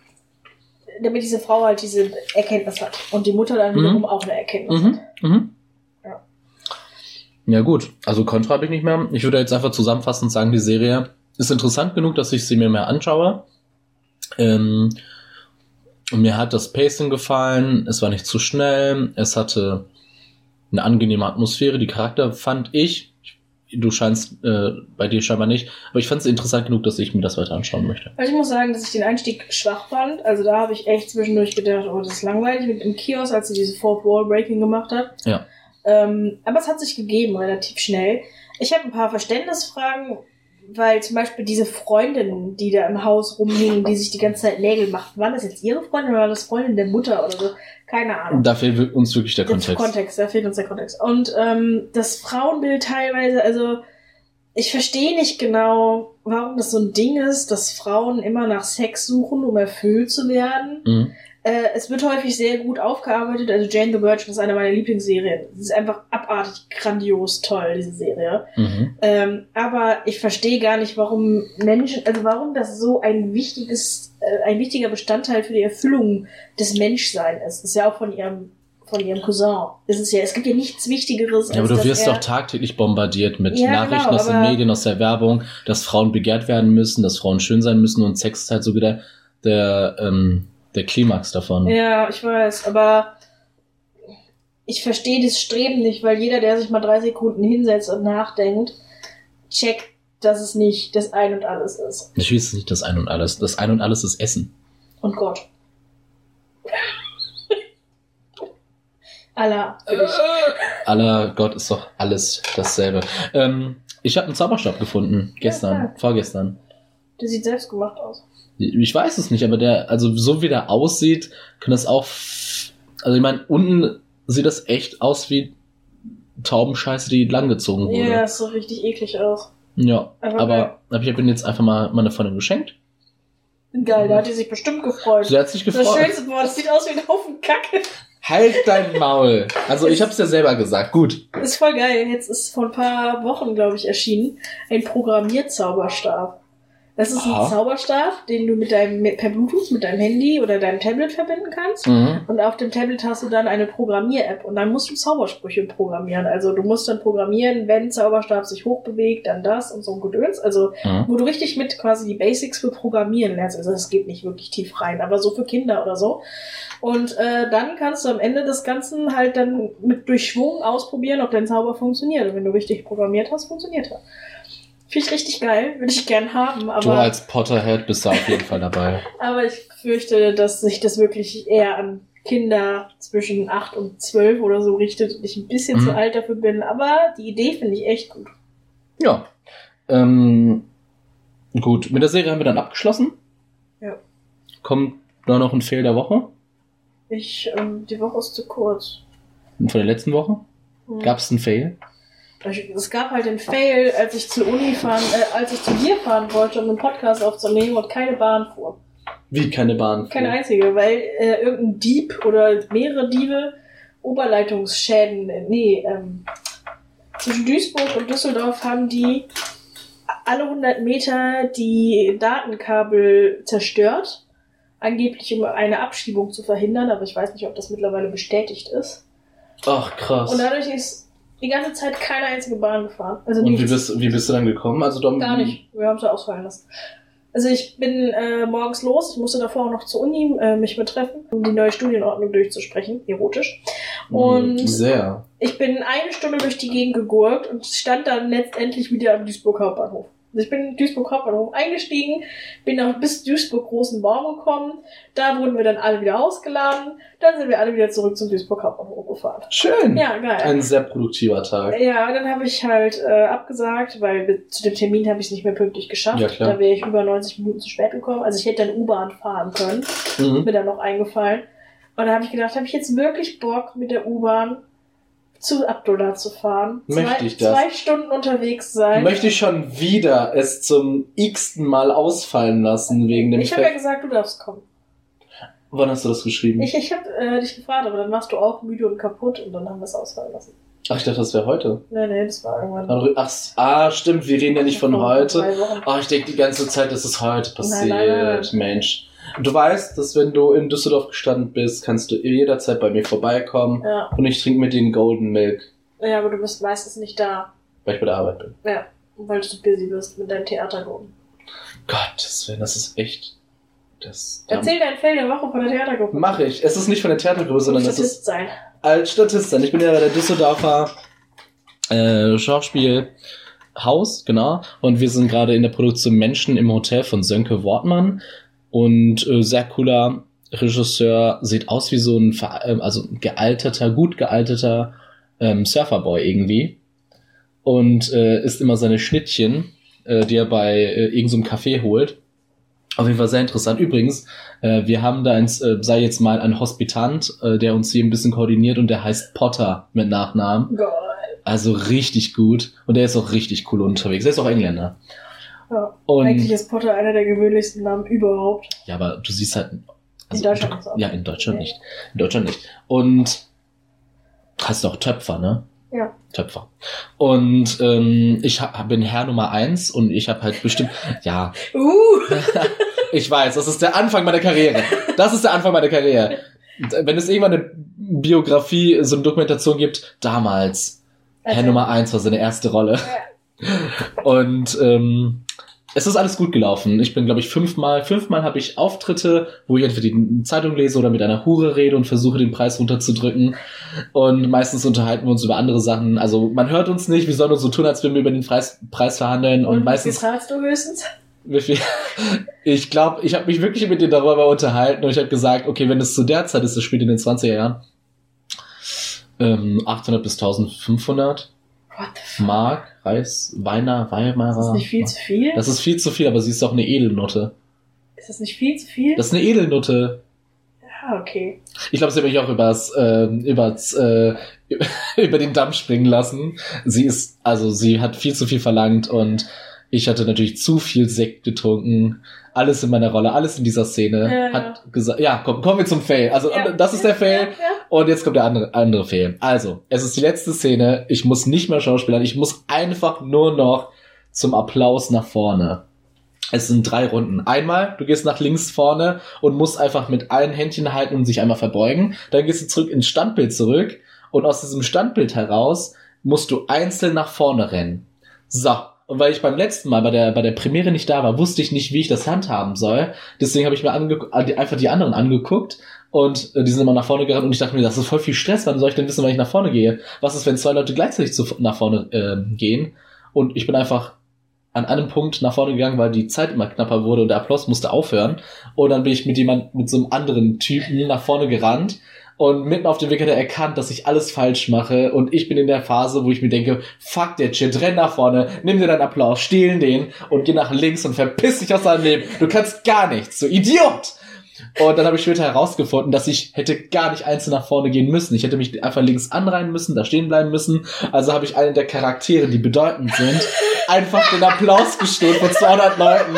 Speaker 1: damit diese Frau halt diese Erkenntnis hat. Und die Mutter dann wiederum mhm. auch eine Erkenntnis
Speaker 2: mhm.
Speaker 1: hat.
Speaker 2: Mhm. Ja. Ja gut, also Kontra habe ich nicht mehr. Ich würde jetzt einfach zusammenfassend sagen, die Serie ist interessant genug, dass ich sie mir mehr anschaue. Ähm, mir hat das Pacing gefallen, es war nicht zu schnell, es hatte eine angenehme Atmosphäre, die Charakter fand ich, du scheinst, äh, bei dir scheinbar nicht, aber ich fand es interessant genug, dass ich mir das weiter anschauen möchte.
Speaker 1: Also ich muss sagen, dass ich den Einstieg schwach fand, also da habe ich echt zwischendurch gedacht, oh, das ist langweilig, mit dem Kiosk, als sie diese Fourth Wall Breaking gemacht hat.
Speaker 2: Ja.
Speaker 1: Ähm, aber es hat sich gegeben, relativ schnell. Ich habe ein paar Verständnisfragen, weil zum Beispiel diese Freundinnen, die da im Haus rumhingen, die sich die ganze Zeit Nägel machten, waren das jetzt ihre Freundin oder war das Freundin der Mutter oder so? Keine Ahnung.
Speaker 2: Da fehlt uns wirklich der Kontext.
Speaker 1: Der Kontext, da fehlt uns der Kontext. Und ähm, das Frauenbild teilweise, also ich verstehe nicht genau, warum das so ein Ding ist, dass Frauen immer nach Sex suchen, um erfüllt zu werden.
Speaker 2: Mhm.
Speaker 1: Äh, es wird häufig sehr gut aufgearbeitet. Also Jane the Virgin ist eine meiner Lieblingsserien. Es ist einfach abartig grandios toll, diese Serie.
Speaker 2: Mhm.
Speaker 1: Ähm, aber ich verstehe gar nicht, warum Menschen, also warum das so ein wichtiges, äh, ein wichtiger Bestandteil für die Erfüllung des Menschseins ist. Das ist ja auch von ihrem, von ihrem Cousin. Es ist ja, es gibt ja nichts Wichtigeres.
Speaker 2: Ja, aber
Speaker 1: als
Speaker 2: du wirst
Speaker 1: er,
Speaker 2: doch tagtäglich bombardiert mit
Speaker 1: ja,
Speaker 2: Nachrichten
Speaker 1: genau,
Speaker 2: aus den Medien, aus der Werbung, dass Frauen begehrt werden müssen, dass Frauen schön sein müssen und Sex ist halt so wieder der, ähm, der Klimax davon.
Speaker 1: Ja, ich weiß, aber ich verstehe das Streben nicht, weil jeder, der sich mal drei Sekunden hinsetzt und nachdenkt, checkt, dass es nicht das Ein und Alles ist.
Speaker 2: Natürlich ist es nicht das Ein und Alles. Das Ein und Alles ist Essen.
Speaker 1: Und Gott. Allah, für dich.
Speaker 2: Allah, Gott ist doch alles dasselbe. Ähm, ich habe einen Zauberstab gefunden, gestern, ja, vorgestern.
Speaker 1: Der sieht selbst gemacht aus.
Speaker 2: Ich weiß es nicht, aber der, also so wie der aussieht, kann das auch, also ich meine, unten sieht das echt aus wie Taubenscheiße, die langgezogen wurde.
Speaker 1: Ja, das sieht so richtig eklig aus.
Speaker 2: Ja, aber, aber, aber ich habe ihn jetzt einfach mal meiner Freundin geschenkt.
Speaker 1: Geil, da hat die sich bestimmt gefreut.
Speaker 2: Sie hat sich gefreut.
Speaker 1: Das schönste Wort, das sieht aus wie ein Haufen Kacke.
Speaker 2: Halt dein Maul. Also ich hab's ja selber gesagt, gut.
Speaker 1: Das ist voll geil. Jetzt ist vor ein paar Wochen, glaube ich, erschienen ein Programmierzauberstab. Das ist Aha. ein Zauberstab, den du mit deinem per Bluetooth mit deinem Handy oder deinem Tablet verbinden kannst.
Speaker 2: Mhm.
Speaker 1: Und auf dem Tablet hast du dann eine Programmier-App und dann musst du Zaubersprüche programmieren. Also du musst dann programmieren, wenn Zauberstab sich hochbewegt, dann das und so ein Gedöns. Also mhm. wo du richtig mit quasi die Basics für Programmieren lernst. Also es geht nicht wirklich tief rein, aber so für Kinder oder so. Und äh, dann kannst du am Ende des Ganzen halt dann mit durch Schwung ausprobieren, ob dein Zauber funktioniert. Und wenn du richtig programmiert hast, funktioniert er. Finde ich richtig geil, würde ich gern haben. Aber
Speaker 2: du als Potterhead bist da auf jeden Fall dabei.
Speaker 1: Aber ich fürchte, dass sich das wirklich eher an Kinder zwischen acht und zwölf oder so richtet und ich ein bisschen mhm. zu alt dafür bin. Aber die Idee finde ich echt gut.
Speaker 2: Ja. Ähm, gut, mit der Serie haben wir dann abgeschlossen.
Speaker 1: Ja.
Speaker 2: Kommt Nur noch ein Fail der Woche?
Speaker 1: Ich, ähm, die Woche ist zu kurz.
Speaker 2: Und von der letzten Woche? Hm. Gab es einen Fail?
Speaker 1: Es gab halt den Fail, als ich zur Uni fahren, äh, als ich zu dir fahren wollte, um einen Podcast aufzunehmen und keine Bahn fuhr.
Speaker 2: Wie keine Bahn fuhr?
Speaker 1: Keine einzige, weil äh, irgendein Dieb oder mehrere Diebe Oberleitungsschäden, nee, ähm, zwischen Duisburg und Düsseldorf haben die alle hundert Meter die Datenkabel zerstört. Angeblich, um eine Abschiebung zu verhindern, aber ich weiß nicht, ob das mittlerweile bestätigt ist.
Speaker 2: Ach, krass.
Speaker 1: Und dadurch ist die ganze Zeit keine einzige Bahn gefahren. Also
Speaker 2: und wie bist, wie bist du dann gekommen? Also du
Speaker 1: Gar nicht. Wir haben es ja ausfallen lassen. Also ich bin äh, morgens los. Ich musste davor auch noch zur Uni äh, mich betreffen, um die neue Studienordnung durchzusprechen. Erotisch. Und
Speaker 2: sehr.
Speaker 1: Ich bin eine Stunde durch die Gegend gegurkt und stand dann letztendlich wieder am Duisburg Hauptbahnhof. Also ich bin in Duisburg Hauptbahnhof eingestiegen, bin auch bis Duisburg Großen Baum gekommen. Da wurden wir dann alle wieder ausgeladen. Dann sind wir alle wieder zurück zum Duisburg Hauptbahnhof gefahren.
Speaker 2: Schön.
Speaker 1: Ja, geil.
Speaker 2: Ein sehr produktiver Tag.
Speaker 1: Ja, dann habe ich halt äh, abgesagt, weil zu dem Termin habe ich es nicht mehr pünktlich geschafft.
Speaker 2: Ja, klar.
Speaker 1: Da wäre ich über neunzig Minuten zu spät gekommen. Also ich hätte dann U-Bahn fahren können. Mhm. Ist mir dann noch eingefallen. Und da habe ich gedacht, habe ich jetzt wirklich Bock, mit der U-Bahn zu Abdullah zu fahren?
Speaker 2: Möchte
Speaker 1: zwei,
Speaker 2: ich das?
Speaker 1: Zwei Stunden unterwegs sein.
Speaker 2: Möchte ich schon wieder es zum x-ten Mal ausfallen lassen wegen dem
Speaker 1: Ich habe ja gesagt, du darfst kommen.
Speaker 2: Wann hast du das geschrieben?
Speaker 1: Ich, ich habe äh, dich gefragt, aber dann warst du auch müde und kaputt und dann haben wir es ausfallen lassen.
Speaker 2: Ach, ich dachte, das wäre heute.
Speaker 1: Nee, nee, das war irgendwann.
Speaker 2: Ach, ah, stimmt, wir reden ja nicht von heute. Ah, ich denke die ganze Zeit, dass es heute passiert. Nein, nein, nein. Mensch. Du weißt, dass wenn du in Düsseldorf gestanden bist, kannst du jederzeit bei mir vorbeikommen. Ja. Und ich trinke mit dir den Golden Milk.
Speaker 1: Ja, aber du bist meistens nicht da.
Speaker 2: Weil ich bei der Arbeit bin.
Speaker 1: Ja, weil du busy bist mit deinem Theatergruppen.
Speaker 2: Gottes Willen, das ist echt... Das,
Speaker 1: Erzähl dein Fail der Woche von der Theatergruppe.
Speaker 2: Mach ich. Es ist nicht von der Theatergruppe, sondern es ist...
Speaker 1: sein.
Speaker 2: Als Statist sein. Ich bin ja bei der Düsseldorfer äh, Schauspielhaus, genau. Und wir sind gerade in der Produktion Menschen im Hotel von Sönke Wortmann. Und äh, sehr cooler Regisseur, sieht aus wie so ein äh, also gealterter, gut gealterter ähm, Surferboy irgendwie. Und äh, isst immer seine Schnittchen, äh, die er bei äh, irgendeinem so Café holt. Auf jeden Fall sehr interessant. Übrigens, äh, wir haben da, ein, äh, sei jetzt mal ein Hospitant, äh, der uns hier ein bisschen koordiniert und der heißt Potter mit Nachnamen. Geil. Also richtig gut. Und der ist auch richtig cool unterwegs. Der ist auch Engländer.
Speaker 1: Ja, und eigentlich ist Potter einer der gewöhnlichsten Namen überhaupt.
Speaker 2: Ja, aber du siehst halt... Also,
Speaker 1: in Deutschland nicht.
Speaker 2: Ja, in Deutschland
Speaker 1: nee.
Speaker 2: nicht. In Deutschland nicht. Und hast du auch Töpfer, ne?
Speaker 1: Ja.
Speaker 2: Töpfer. Und ähm, ich hab, bin Herr Nummer eins und ich habe halt bestimmt... Ja.
Speaker 1: Uh.
Speaker 2: Ich weiß, das ist der Anfang meiner Karriere. Das ist der Anfang meiner Karriere. Wenn es irgendwann eine Biografie, so eine Dokumentation gibt, damals. Okay. Herr Nummer eins war seine erste Rolle. Ja. Und ähm, es ist alles gut gelaufen. Ich bin, glaube ich, fünfmal, fünfmal habe ich Auftritte, wo ich entweder die Zeitung lese oder mit einer Hure rede und versuche, den Preis runterzudrücken. Und meistens unterhalten wir uns über andere Sachen. Also man hört uns nicht, wir sollen uns so tun, als würden wir über den Preis, Preis verhandeln. Und, und meistens.
Speaker 1: Wie viel zahlst du höchstens?
Speaker 2: Wie viel? Ich glaube, ich habe mich wirklich mit dir darüber unterhalten und ich habe gesagt, okay, wenn es zu der Zeit ist, das spielt in den zwanziger Jahren, ähm, achthundert bis eintausendfünfhundert Mark, Reis, Weiner, Weimarer.
Speaker 1: Ist das nicht viel zu viel?
Speaker 2: Das ist viel zu viel, aber sie ist doch eine Edelnote.
Speaker 1: Ist das nicht viel zu viel?
Speaker 2: Das ist eine Edelnote.
Speaker 1: Ja, okay.
Speaker 2: Ich glaube, sie hat mich auch übers, äh, übers, äh, über den Damm springen lassen. Sie ist, also sie hat viel zu viel verlangt und ich hatte natürlich zu viel Sekt getrunken. Alles in meiner Rolle, alles in dieser Szene.
Speaker 1: Ja,
Speaker 2: hat
Speaker 1: ja.
Speaker 2: gesagt, ja, komm, kommen wir zum Fail. Also,
Speaker 1: ja,
Speaker 2: das ist der Fail.
Speaker 1: Ja, ja.
Speaker 2: Und jetzt kommt der andere, andere Fail. Also, es ist die letzte Szene. Ich muss nicht mehr schauspielern. Ich muss einfach nur noch zum Applaus nach vorne. Es sind drei Runden. Einmal, du gehst nach links vorne und musst einfach mit allen Händchen halten und sich einmal verbeugen. Dann gehst du zurück ins Standbild zurück. Und aus diesem Standbild heraus musst du einzeln nach vorne rennen. So. Und weil ich beim letzten Mal bei der bei der Premiere nicht da war, wusste ich nicht, wie ich das handhaben soll. Deswegen habe ich mir ange- einfach die anderen angeguckt und äh, die sind immer nach vorne gerannt und ich dachte mir, das ist voll viel Stress. Wann soll ich denn wissen, wann ich nach vorne gehe? Was ist, wenn zwei Leute gleichzeitig zu, nach vorne äh, gehen? Und ich bin einfach an einem Punkt nach vorne gegangen, weil die Zeit immer knapper wurde und der Applaus musste aufhören. Und dann bin ich mit jemand, mit so einem anderen Typen nach vorne gerannt. Und mitten auf dem Weg hat er erkannt, dass ich alles falsch mache. Und ich bin in der Phase, wo ich mir denke, fuck der Shit, renn nach vorne, nimm dir deinen Applaus, stehlen den und geh nach links und verpiss dich aus deinem Leben. Du kannst gar nichts, so Idiot! Und dann habe ich später herausgefunden, dass ich hätte gar nicht einzeln nach vorne gehen müssen. Ich hätte mich einfach links anreihen müssen, da stehen bleiben müssen. Also habe ich einen der Charaktere, die bedeutend sind, einfach den Applaus gestohlen von zweihundert Leuten.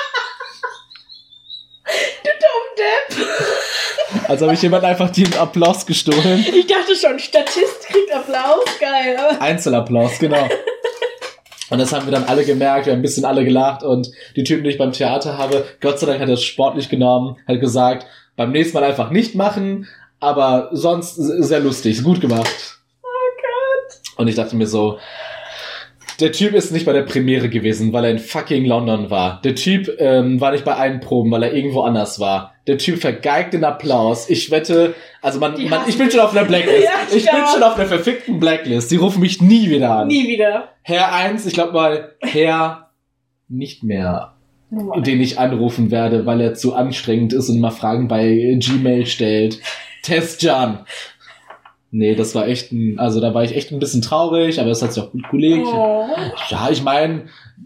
Speaker 1: Du dumm Depp.
Speaker 2: Also habe ich jemand einfach den Applaus gestohlen.
Speaker 1: Ich dachte schon, Statist kriegt Applaus, geil. Aber
Speaker 2: Einzelapplaus, genau. Und das haben wir dann alle gemerkt, wir haben ein bisschen alle gelacht und die Typen, die ich beim Theater habe, Gott sei Dank hat er es sportlich genommen, hat gesagt, beim nächsten Mal einfach nicht machen, aber sonst sehr lustig, gut gemacht.
Speaker 1: Oh Gott.
Speaker 2: Und ich dachte mir so, der Typ ist nicht bei der Premiere gewesen, weil er in fucking London war. Der Typ ähm, war nicht bei allen Proben, weil er irgendwo anders war. Der Typ vergeigt den Applaus. Ich wette, also man, man ich bin schon auf einer Blacklist.
Speaker 1: Ja,
Speaker 2: ich bin schon auf einer verfickten Blacklist. Die rufen mich nie wieder an.
Speaker 1: Nie wieder.
Speaker 2: Herr eins, ich glaube mal, Herr nicht mehr, oh, den ich anrufen werde, weil er zu anstrengend ist und immer Fragen bei Gmail stellt. Testjan. Nee, das war echt ein, also da war ich echt ein bisschen traurig, aber es hat sich auch gut gelegt.
Speaker 1: Oh.
Speaker 2: Ja, ich meine,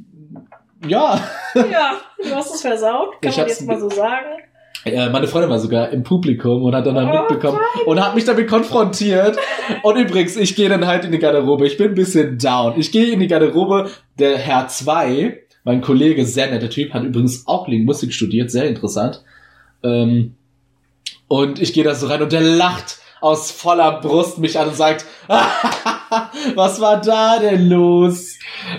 Speaker 2: ja.
Speaker 1: Ja, du hast es versaut, kann
Speaker 2: Ich
Speaker 1: man
Speaker 2: hab's-
Speaker 1: jetzt mal so sagen.
Speaker 2: Äh, meine Freundin war sogar im Publikum und hat dann, dann
Speaker 1: Oh,
Speaker 2: mitbekommen und hat mich damit konfrontiert. Und übrigens, ich gehe dann halt in die Garderobe. Ich bin ein bisschen down. Ich gehe in die Garderobe. Der Herr zwei, mein Kollege, sehr netter Typ, hat übrigens auch Linguistik studiert, sehr interessant. Ähm, und ich gehe da so rein und der lacht aus voller Brust mich an und sagt, was war da denn los?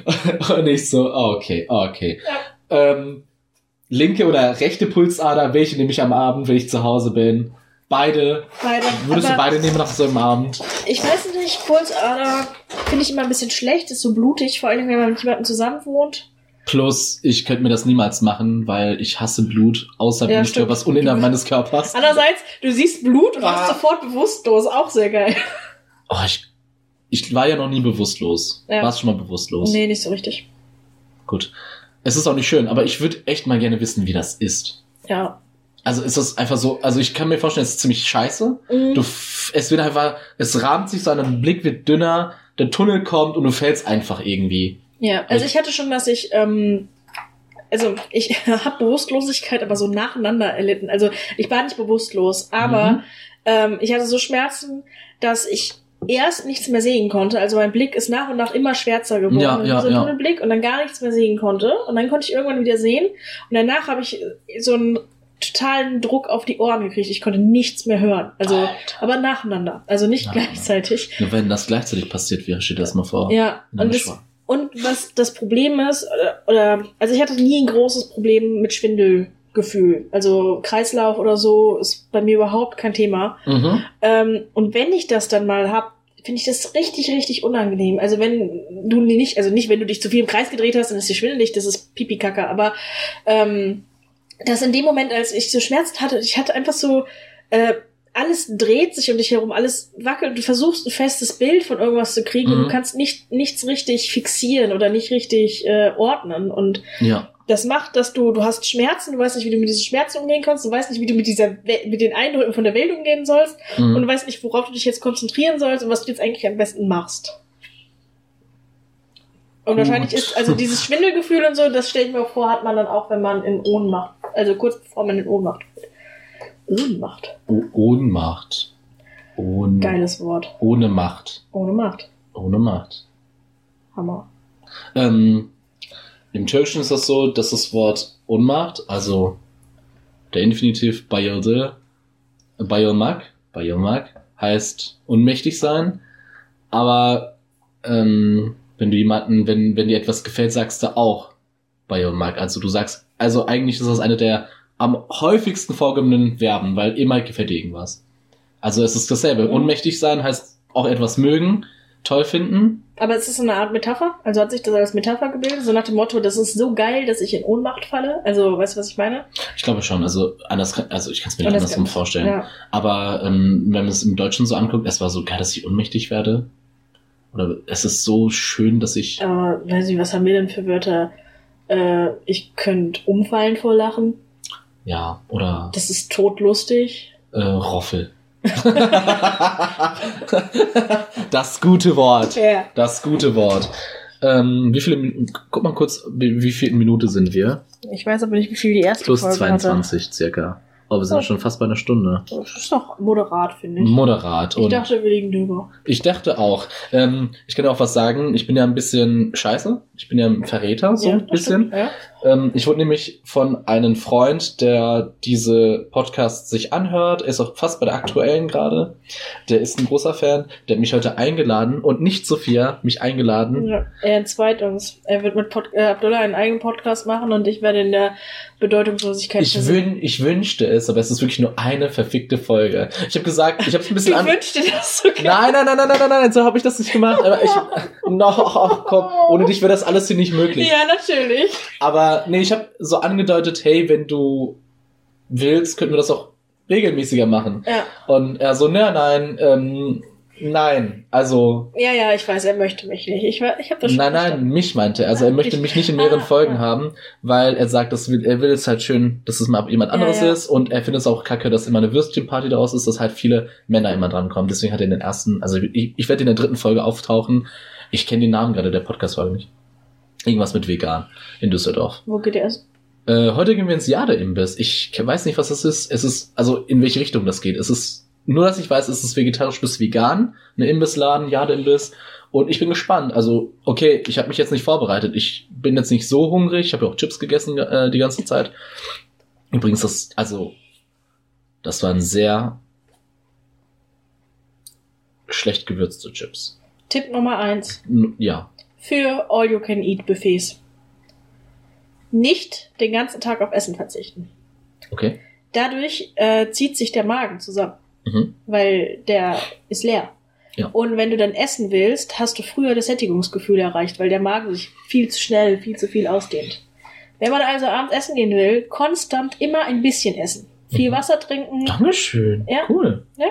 Speaker 2: Und ich so, okay, okay.
Speaker 1: Ja.
Speaker 2: Ähm, linke oder rechte Pulsader, welche nehme ich am Abend, wenn ich zu Hause bin? Beide.
Speaker 1: Beide.
Speaker 2: Würdest
Speaker 1: Aber
Speaker 2: du beide nehmen nach so einem Abend?
Speaker 1: ich weiß nicht, Pulsader finde ich immer ein bisschen schlecht, ist so blutig, vor allem wenn man mit jemandem zusammen wohnt.
Speaker 2: Plus, ich könnte mir das niemals machen, weil ich hasse Blut, außer
Speaker 1: Ja,
Speaker 2: Blut
Speaker 1: stimmt.
Speaker 2: für was uninnerhalb meines Körpers.
Speaker 1: Andererseits, du siehst Blut und
Speaker 2: Ah.
Speaker 1: warst sofort bewusstlos, auch sehr geil.
Speaker 2: Oh, ich, ich war ja noch nie bewusstlos.
Speaker 1: Ja.
Speaker 2: Warst du schon mal bewusstlos?
Speaker 1: Nee, nicht so richtig.
Speaker 2: Gut. Es ist auch nicht schön, aber ich würde echt mal gerne wissen, wie das ist.
Speaker 1: Ja.
Speaker 2: Also ist das einfach so, also ich kann mir vorstellen, es ist ziemlich scheiße.
Speaker 1: Mhm.
Speaker 2: Du, f- es wird einfach, es rahmt sich so an, dein Blick wird dünner, der Tunnel kommt und du fällst einfach irgendwie.
Speaker 1: Ja, also ich hatte schon, dass ich, ähm, also ich habe Bewusstlosigkeit aber so nacheinander erlitten. Also ich war nicht bewusstlos, aber
Speaker 2: Mhm.
Speaker 1: ähm, ich hatte so Schmerzen, dass ich erst nichts mehr sehen konnte. Also mein Blick ist nach und nach immer schwärzer geworden.
Speaker 2: Ja, ja,
Speaker 1: so ein
Speaker 2: ja.
Speaker 1: Tunnelblick und dann gar nichts mehr sehen konnte. Und dann konnte ich irgendwann wieder sehen. Und danach habe ich so einen totalen Druck auf die Ohren gekriegt. Ich konnte nichts mehr hören. Also,
Speaker 2: Alter.
Speaker 1: aber nacheinander. Also nicht
Speaker 2: Ja.
Speaker 1: gleichzeitig.
Speaker 2: Nur wenn das gleichzeitig passiert wäre, stell dir das mal vor.
Speaker 1: Ja,
Speaker 2: In einem
Speaker 1: und das,
Speaker 2: Schwa-
Speaker 1: und was das Problem ist, oder, oder, also ich hatte nie ein großes Problem mit Schwindelgefühl. Also Kreislauf oder so ist bei mir überhaupt kein Thema.
Speaker 2: Mhm.
Speaker 1: Ähm, und wenn ich das dann mal hab, finde ich das richtig, richtig unangenehm. Also wenn du nicht, also nicht, wenn du dich zu viel im Kreis gedreht hast, dann ist dir schwindelig, das ist Pipi-Kacke. Aber ähm, das in dem Moment, als ich so Schmerzen hatte, ich hatte einfach so, äh, alles dreht sich um dich herum, alles wackelt, du versuchst ein festes Bild von irgendwas zu kriegen und
Speaker 2: Mhm.
Speaker 1: du kannst nicht nichts richtig fixieren oder nicht richtig äh, ordnen. Und
Speaker 2: Ja.
Speaker 1: das macht, dass du, du hast Schmerzen, du weißt nicht, wie du mit diesen Schmerzen umgehen kannst, du weißt nicht, wie du mit dieser, We- mit den Eindrücken von der Welt umgehen sollst
Speaker 2: Mhm.
Speaker 1: und du weißt nicht, worauf du dich jetzt konzentrieren sollst und was du jetzt eigentlich am besten machst. Und
Speaker 2: Gut.
Speaker 1: wahrscheinlich ist, also dieses Schwindelgefühl und so, das stelle ich mir auch vor, hat man dann auch, wenn man in Ohnmacht, also kurz bevor man in Ohnmacht fällt. Ohnmacht.
Speaker 2: O- Ohnmacht. Ohn
Speaker 1: Geiles Wort.
Speaker 2: Ohne Macht.
Speaker 1: Ohne Macht.
Speaker 2: Ohne Macht.
Speaker 1: Hammer.
Speaker 2: Ähm, Im Türkischen ist das so, dass das Wort Ohnmacht, also der Infinitiv bayıldı, bayılmak, bayılmak heißt ohnmächtig sein, aber ähm, wenn du jemanden, wenn, wenn dir etwas gefällt, sagst du auch bayılmak. Also du sagst, also eigentlich ist das eine der am häufigsten vorgekommenen Verben, weil immer gefällt dir irgendwas. Also es ist dasselbe.
Speaker 1: Mhm.
Speaker 2: Ohnmächtig sein heißt auch etwas mögen, toll finden.
Speaker 1: Aber es ist so eine Art Metapher, also hat sich das als Metapher gebildet, so nach dem Motto, das ist so geil, dass ich in Ohnmacht falle. Also, weißt du, was ich meine?
Speaker 2: Ich glaube schon, also anders, kann- also ich kann es mir nicht
Speaker 1: Anders
Speaker 2: andersrum
Speaker 1: kann-
Speaker 2: vorstellen.
Speaker 1: Ja.
Speaker 2: Aber ähm, wenn man es im Deutschen so anguckt, es war so geil, dass ich ohnmächtig werde. Oder es ist so schön, dass ich.
Speaker 1: Aber, weiß ich, was haben wir denn für Wörter? Äh, ich könnte umfallen vor Lachen.
Speaker 2: Ja, oder
Speaker 1: Das ist totlustig.
Speaker 2: äh, Roffel. Das gute Wort.
Speaker 1: Ja.
Speaker 2: Das gute Wort. Ähm, wie viele Minuten, guck mal kurz, wie, wie viel Minute sind wir?
Speaker 1: Ich weiß aber nicht, wie viel die erste
Speaker 2: Plus
Speaker 1: Folge
Speaker 2: zweiundzwanzig circa. Oh, wir sind
Speaker 1: Oh.
Speaker 2: schon fast bei einer Stunde.
Speaker 1: Das ist doch moderat, finde ich.
Speaker 2: Moderat.
Speaker 1: Ich
Speaker 2: Und
Speaker 1: dachte, wir liegen drüber.
Speaker 2: ich dachte auch. Ähm, ich kann dir auch was sagen. Ich bin ja ein bisschen scheiße. Ich bin ja ein Verräter, so
Speaker 1: Ja,
Speaker 2: ein
Speaker 1: das
Speaker 2: bisschen.
Speaker 1: stimmt, ja.
Speaker 2: Ähm, ich wurde nämlich von einem Freund, der diese Podcasts sich anhört, ist auch fast bei der aktuellen gerade. Der ist ein großer Fan. Der hat mich heute eingeladen und nicht Sophia, mich eingeladen.
Speaker 1: Ja, er entzweit uns. Er wird mit Pod äh, Abdullah einen eigenen Podcast machen und ich werde in der Bedeutungslosigkeit
Speaker 2: Ich,
Speaker 1: versinken.
Speaker 2: wün ich wünschte es, aber es ist wirklich nur eine verfickte Folge. Ich habe gesagt, ich habe es ein bisschen
Speaker 1: Ich
Speaker 2: an...
Speaker 1: wünschte das so gerne.
Speaker 2: Nein, nein, nein, nein, nein, nein, nein, so habe ich das nicht gemacht. Aber ich... No, ach, komm, ohne dich wäre das alles hier nicht möglich.
Speaker 1: Ja, natürlich.
Speaker 2: Aber nee, ich habe so angedeutet, hey, wenn du willst, könnten wir das auch regelmäßiger machen.
Speaker 1: Ja.
Speaker 2: Und er so, nein, nein, ähm, nein, also,
Speaker 1: Ja, ja, ich weiß, er möchte mich nicht. Ich, war- ich habe das schon
Speaker 2: nein, nein,
Speaker 1: verstanden.
Speaker 2: mich meinte er. Also er
Speaker 1: Ah,
Speaker 2: möchte
Speaker 1: ich-
Speaker 2: mich nicht in mehreren
Speaker 1: ah,
Speaker 2: Folgen
Speaker 1: ja.
Speaker 2: haben, weil er sagt, das will, er will es halt schön, dass es mal jemand anderes
Speaker 1: Ja, ja.
Speaker 2: ist und er findet es auch kacke, dass immer eine Würstchenparty daraus ist, dass halt viele Männer immer drankommen. Deswegen hat er in den ersten, also ich, ich werde in der dritten Folge auftauchen. Ich kenne den Namen gerade der Podcast-Folge nicht. Irgendwas mit vegan in Düsseldorf.
Speaker 1: Wo geht er?
Speaker 2: Äh, heute gehen wir ins Jade-Imbiss. Ich ke- weiß nicht, was das ist. Es ist, also in welche Richtung das geht. Es ist, nur dass ich weiß, es ist vegetarisch bis vegan. Eine Imbissladen, Jade-Imbiss. Und ich bin gespannt. Also, okay, ich habe mich jetzt nicht vorbereitet. Ich bin jetzt nicht so hungrig. Ich habe ja auch Chips gegessen äh, die ganze Zeit. Übrigens, das, also, das waren sehr schlecht gewürzte Chips.
Speaker 1: Tipp Nummer eins.
Speaker 2: N- Ja.
Speaker 1: Für All-You-Can-Eat-Buffets. Nicht den ganzen Tag auf Essen verzichten.
Speaker 2: Okay.
Speaker 1: Dadurch äh, zieht sich der Magen zusammen,
Speaker 2: Mhm.
Speaker 1: weil der ist leer.
Speaker 2: Ja.
Speaker 1: Und wenn du dann essen willst, hast du früher das Sättigungsgefühl erreicht, weil der Magen sich viel zu schnell, viel zu viel ausdehnt. Wenn man also abends essen gehen will, konstant immer ein bisschen essen. Viel
Speaker 2: Mhm.
Speaker 1: Wasser trinken.
Speaker 2: Dankeschön.
Speaker 1: Ja.
Speaker 2: Cool.
Speaker 1: Ja.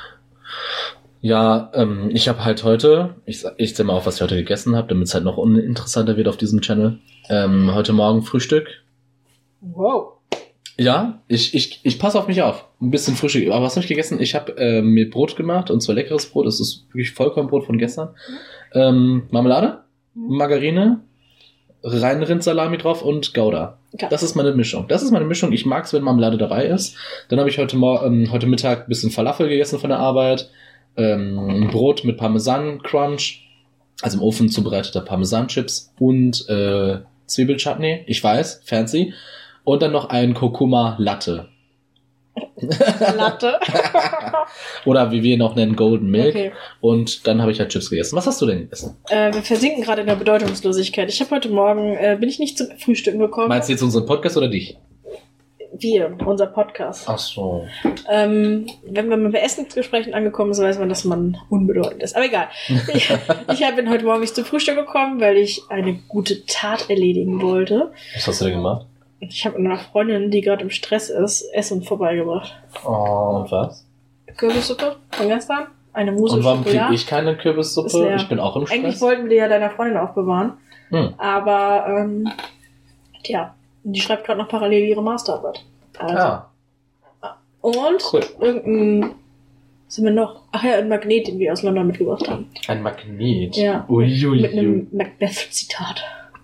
Speaker 2: Ja, ähm, ich habe halt heute, ich, sa- ich zähle mal auf, was ich heute gegessen habe, damit es halt noch uninteressanter wird auf diesem Channel. Ähm, heute Morgen Frühstück.
Speaker 1: Wow.
Speaker 2: Ja, ich, ich, ich passe auf mich auf. Ein bisschen Frühstück. Aber was habe ich gegessen? Ich habe äh, mir Brot gemacht, und zwar leckeres Brot. Das ist wirklich Vollkornbrot von gestern. Ähm, Marmelade,
Speaker 1: Mhm.
Speaker 2: Margarine, rein Rindsalami drauf und Gouda.
Speaker 1: Ja.
Speaker 2: Das ist meine Mischung. Das ist meine Mischung. Ich mag's, wenn Marmelade dabei ist. Dann habe ich heute, Mor ähm, heute Mittag ein bisschen Falafel gegessen von der Arbeit. Ähm, Brot mit Parmesan-Crunch. Also im Ofen zubereiteter Parmesan-Chips und äh, Zwiebelchutney. Ich weiß, fancy. Und dann noch ein Kurkuma-Latte.
Speaker 1: Latte.
Speaker 2: Oder wie wir ihn auch nennen, Golden Milk.
Speaker 1: Okay.
Speaker 2: Und dann habe ich halt Chips gegessen. Was hast du denn gegessen?
Speaker 1: Äh, wir versinken gerade in der Bedeutungslosigkeit. Ich habe heute Morgen, äh, bin ich nicht zum Frühstücken gekommen.
Speaker 2: Meinst du jetzt unseren Podcast oder dich?
Speaker 1: Wir, unser Podcast.
Speaker 2: Ach so.
Speaker 1: Ähm, wenn man bei Essensgesprächen angekommen ist, weiß man, dass man unbedeutend ist. Aber egal. Ich, ich hab- bin heute Morgen nicht zum Frühstück gekommen, weil ich eine gute Tat erledigen wollte.
Speaker 2: Was hast du denn gemacht?
Speaker 1: Ich habe einer Freundin, die gerade im Stress ist, Essen vorbeigebracht.
Speaker 2: Oh, und was?
Speaker 1: Kürbissuppe von gestern. Eine Mousse
Speaker 2: Und warum kriege
Speaker 1: Schokolade.
Speaker 2: ich keine
Speaker 1: Ist
Speaker 2: Kürbissuppe?
Speaker 1: leer.
Speaker 2: Ich bin auch im
Speaker 1: Eigentlich
Speaker 2: Stress.
Speaker 1: wollten wir die ja deiner Freundin aufbewahren.
Speaker 2: Hm.
Speaker 1: Aber, ähm, tja, die schreibt gerade noch parallel ihre Masterarbeit. Also.
Speaker 2: Ah,
Speaker 1: Und
Speaker 2: cool.
Speaker 1: irgendein, was sind wir noch? Ach ja, ein Magnet, den wir aus London mitgebracht haben.
Speaker 2: Ein Magnet.
Speaker 1: Ja.
Speaker 2: Uiuiui.
Speaker 1: Mit einem Macbeth-Zitat.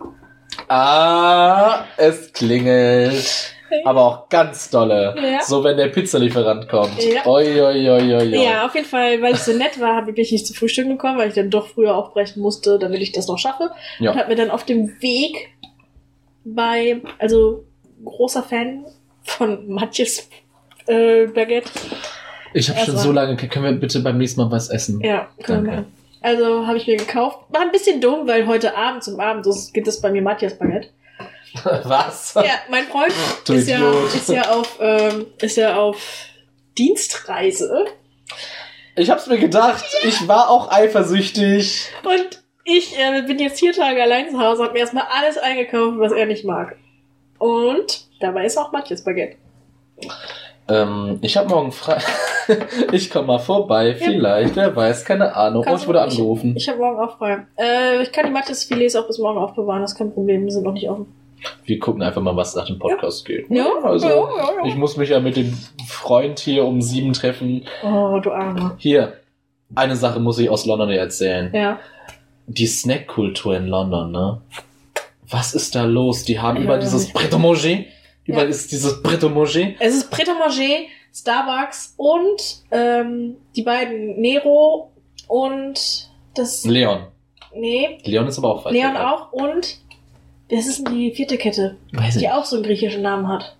Speaker 2: Ah, es klingelt. Aber auch ganz dolle.
Speaker 1: Ja.
Speaker 2: So, wenn der Pizzalieferant kommt.
Speaker 1: Ja.
Speaker 2: Oi, oi, oi, oi, oi.
Speaker 1: Ja, auf jeden Fall, weil ich so nett war, bin ich nicht zu Frühstück gekommen, weil ich dann doch früher aufbrechen musste, damit ich das noch schaffe.
Speaker 2: Ja.
Speaker 1: Und hab mir dann auf dem Weg bei, also großer Fan von Matjes äh, Baguette.
Speaker 2: Ich habe schon
Speaker 1: Erstmal.
Speaker 2: so lange. Können wir bitte beim nächsten Mal was essen?
Speaker 1: Ja, können wir
Speaker 2: Danke.
Speaker 1: machen. Also habe ich mir gekauft. War ein bisschen dumm, weil heute Abend zum Abend gibt es bei mir Matjes Baguette.
Speaker 2: Was?
Speaker 1: Ja, mein Freund
Speaker 2: Du
Speaker 1: ist ja,
Speaker 2: Idiot.
Speaker 1: ist ja auf ähm, ist ja auf Dienstreise
Speaker 2: Ich hab's mir gedacht. Ich war auch eifersüchtig.
Speaker 1: und ich äh, bin jetzt vier Tage allein zu Hause, habe mir erstmal alles eingekauft, was er nicht mag. Und dabei ist auch Matjes Baguette.
Speaker 2: Ähm, ich habe morgen frei. Ich komme mal vorbei. Vielleicht. Wer weiß. Keine Ahnung. Oh,
Speaker 1: Kannst
Speaker 2: ich wurde
Speaker 1: du-
Speaker 2: angerufen.
Speaker 1: Ich habe morgen auch frei. Äh, ich kann die Matjes-Filets auch bis morgen aufbewahren, das ist kein Problem, die sind noch nicht offen.
Speaker 2: Wir gucken einfach mal, was nach dem Podcast geht.
Speaker 1: Ja,
Speaker 2: Also,
Speaker 1: ja, ja, ja.
Speaker 2: ich muss mich ja mit dem Freund hier um sieben treffen.
Speaker 1: Oh, du Arme.
Speaker 2: Hier. Eine Sache muss ich aus London erzählen.
Speaker 1: Ja.
Speaker 2: Die Snackkultur in London, ne? Was ist da los? Die haben
Speaker 1: Ja,
Speaker 2: über
Speaker 1: ja,
Speaker 2: dieses
Speaker 1: nicht.
Speaker 2: Pret-à-Manger. Überall
Speaker 1: Ja.
Speaker 2: ist dieses Pret à Manger.
Speaker 1: Es ist Pret à Manger, Starbucks und ähm, die beiden Nero und das...
Speaker 2: Leon.
Speaker 1: Nee,
Speaker 2: Leon ist aber auch weit
Speaker 1: Leon
Speaker 2: weg.
Speaker 1: auch und... Das ist denn die vierte Kette,
Speaker 2: Weiß ich
Speaker 1: die
Speaker 2: nicht.
Speaker 1: auch so einen griechischen Namen hat.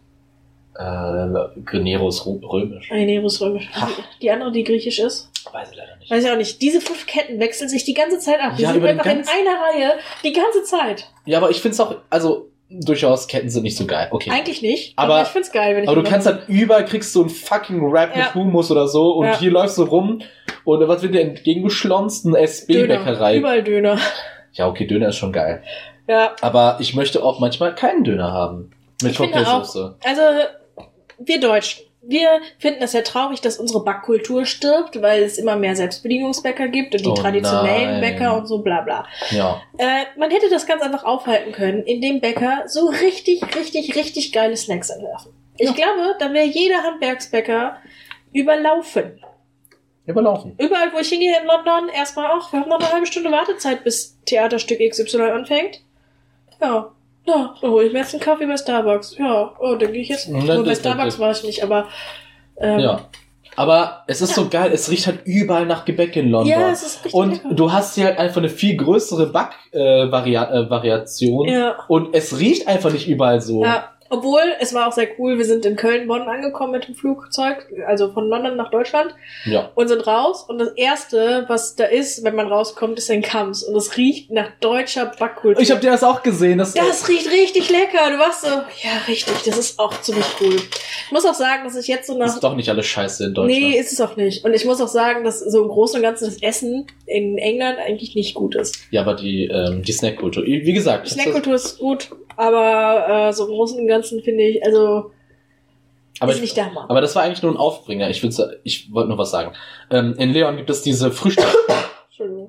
Speaker 2: Äh, Nero ist ru- römisch.
Speaker 1: Ah, Nero ist römisch.
Speaker 2: Ha.
Speaker 1: Die andere, die griechisch ist.
Speaker 2: Weiß ich leider nicht.
Speaker 1: Weiß ich auch nicht. Diese fünf Ketten wechseln sich die ganze Zeit ab. Die
Speaker 2: Ja,
Speaker 1: sind
Speaker 2: über den
Speaker 1: einfach in
Speaker 2: ganz-
Speaker 1: einer Reihe die ganze Zeit.
Speaker 2: Ja, aber ich find's auch, also durchaus Ketten sind nicht so geil. Okay.
Speaker 1: Eigentlich nicht,
Speaker 2: Aber-
Speaker 1: aber, ich find's geil, wenn ich
Speaker 2: Aber du
Speaker 1: mir-
Speaker 2: kannst halt überall kriegst du einen fucking Wrap
Speaker 1: Ja.
Speaker 2: mit Hummus oder so und
Speaker 1: Ja.
Speaker 2: hier läufst du rum und was wird dir entgegengeschlonzt? Eine S
Speaker 1: Döner.
Speaker 2: B-Bäckerei.
Speaker 1: Überall Döner.
Speaker 2: Ja, okay, Döner ist schon geil.
Speaker 1: Ja,
Speaker 2: Aber ich möchte auch manchmal keinen Döner haben. Mit
Speaker 1: Ich finde
Speaker 2: Cocktailsoße.
Speaker 1: also wir Deutschen, wir finden es ja traurig, dass unsere Backkultur stirbt, weil es immer mehr Selbstbedienungsbäcker gibt und die
Speaker 2: Oh
Speaker 1: traditionellen
Speaker 2: nein.
Speaker 1: Bäcker und so bla bla.
Speaker 2: Ja.
Speaker 1: Äh, man hätte das ganz einfach aufhalten können, indem Bäcker so richtig, richtig, richtig geile Snacks entwerfen. Ich
Speaker 2: Ja.
Speaker 1: glaube, dann wäre jeder Handwerksbäcker überlaufen.
Speaker 2: Überlaufen.
Speaker 1: Überall, wo ich hingehe in London, erstmal auch, wir haben noch eine halbe Stunde Wartezeit, bis Theaterstück X Y anfängt. Ja, ja, dann hole ich mir jetzt einen Kaffee bei Starbucks. Ja, oh, dann gehe ich jetzt.
Speaker 2: Und dann-
Speaker 1: Nur bei
Speaker 2: das-
Speaker 1: Starbucks
Speaker 2: das-
Speaker 1: war ich nicht, aber. Ähm,
Speaker 2: Ja. Aber es ist so geil, es riecht halt überall nach Gebäck in London.
Speaker 1: Ja, es ist richtig
Speaker 2: und
Speaker 1: lecker.
Speaker 2: du hast hier halt einfach eine viel größere Back-Variation. Äh, Varia- äh, Variation.
Speaker 1: Ja.
Speaker 2: Und es riecht einfach nicht überall so.
Speaker 1: Ja, obwohl, es war auch sehr cool, wir sind in Köln-Bonn angekommen mit dem Flugzeug, also von London nach Deutschland,
Speaker 2: Ja.
Speaker 1: und sind raus. Und das Erste, was da ist, wenn man rauskommt, ist ein Kams. Und es riecht nach deutscher Backkultur.
Speaker 2: Ich habe dir das auch gesehen. Das,
Speaker 1: Das riecht richtig lecker. Du warst so, ja, richtig, das ist auch ziemlich cool. Ich muss auch sagen, dass ich jetzt so nach...
Speaker 2: ist doch nicht alles scheiße in Deutschland.
Speaker 1: Nee, ist es auch nicht. Und ich muss auch sagen, dass so im Großen und Ganzen das Essen in England eigentlich nicht gut ist.
Speaker 2: Ja, aber die, ähm, die Snackkultur. Wie gesagt,
Speaker 1: Die
Speaker 2: das ist-
Speaker 1: Snackkultur ist gut, aber äh, so im Großen und Ganzen finde ich, also
Speaker 2: aber
Speaker 1: ist
Speaker 2: ich,
Speaker 1: nicht der Hammer.
Speaker 2: aber das war eigentlich nur ein Aufbringer. Ich, will's- ich wollte nur was sagen. Ähm, in Leon gibt es diese Frühstück.
Speaker 1: Entschuldigung.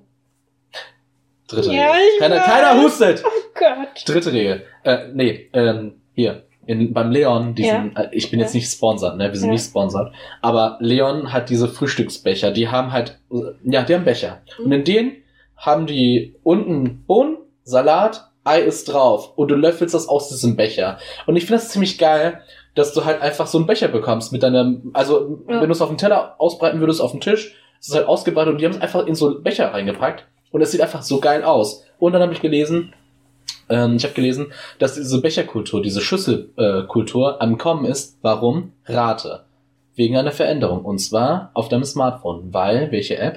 Speaker 2: Dritte
Speaker 1: Ja,
Speaker 2: Regel.
Speaker 1: ich
Speaker 2: Keiner,
Speaker 1: weiß.
Speaker 2: keiner hustet.
Speaker 1: Oh Gott.
Speaker 2: Dritte Regel. Äh, nee, ähm, hier. In, beim Leon, diesen, äh, ich bin jetzt
Speaker 1: Ja.
Speaker 2: nicht sponsert, ne? Wir sind
Speaker 1: Ja.
Speaker 2: nicht sponsert. Aber Leon hat diese Frühstücksbecher, die haben halt, äh, ja, die haben Becher.
Speaker 1: Mhm.
Speaker 2: Und in denen haben die unten Bohnen, Salat, Ei ist drauf. Und du löffelst das aus diesem Becher. Und ich finde das ziemlich geil, dass du halt einfach so einen Becher bekommst mit deinem, also,
Speaker 1: Ja.
Speaker 2: wenn du es auf den Teller ausbreiten würdest, auf den Tisch, ist es halt ausgebreitet und die haben es einfach in so einen Becher reingepackt. Und es sieht einfach so geil aus. Und dann habe ich gelesen, ähm, ich habe gelesen, dass diese Becherkultur, diese Schüsselkultur am Kommen ist. Warum? Rate. Wegen einer Veränderung. Und zwar auf deinem Smartphone. Weil, welche App?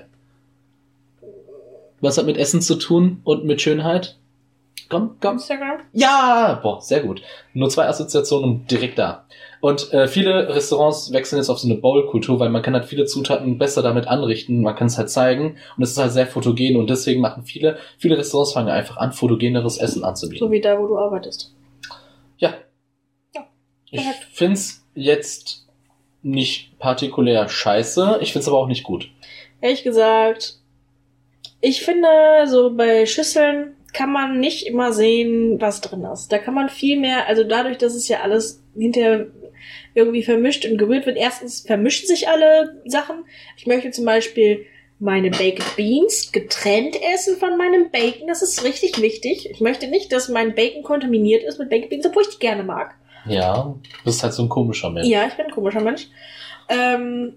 Speaker 2: Was hat mit Essen zu tun und mit Schönheit? Komm, komm.
Speaker 1: Instagram?
Speaker 2: Ja! Boah, sehr gut. Nur zwei Assoziationen und direkt da. Und äh, viele Restaurants wechseln jetzt auf so eine Bowl-Kultur, weil man kann halt viele Zutaten besser damit anrichten, man kann es halt zeigen und es ist halt sehr fotogen und deswegen machen viele, viele Restaurants fangen einfach an, fotogeneres Essen anzubieten.
Speaker 1: So wie da, wo du arbeitest.
Speaker 2: Ja.
Speaker 1: Ja,
Speaker 2: Ich
Speaker 1: perfekt.
Speaker 2: find's jetzt nicht partikulär scheiße, ich find's aber auch nicht gut.
Speaker 1: Ehrlich gesagt, ich finde, so bei Schüsseln kann man nicht immer sehen, was drin ist. Da kann man viel mehr, also dadurch, dass es ja alles hinterher irgendwie vermischt und gerührt wird. Erstens vermischen sich alle Sachen. Ich möchte zum Beispiel meine Baked Beans getrennt essen von meinem Bacon. Das ist richtig wichtig. Ich möchte nicht, dass mein Bacon kontaminiert ist mit Baked Beans, obwohl ich die gerne mag.
Speaker 2: Ja, du bist halt so ein komischer Mensch.
Speaker 1: Ja, ich bin ein komischer Mensch. Ähm,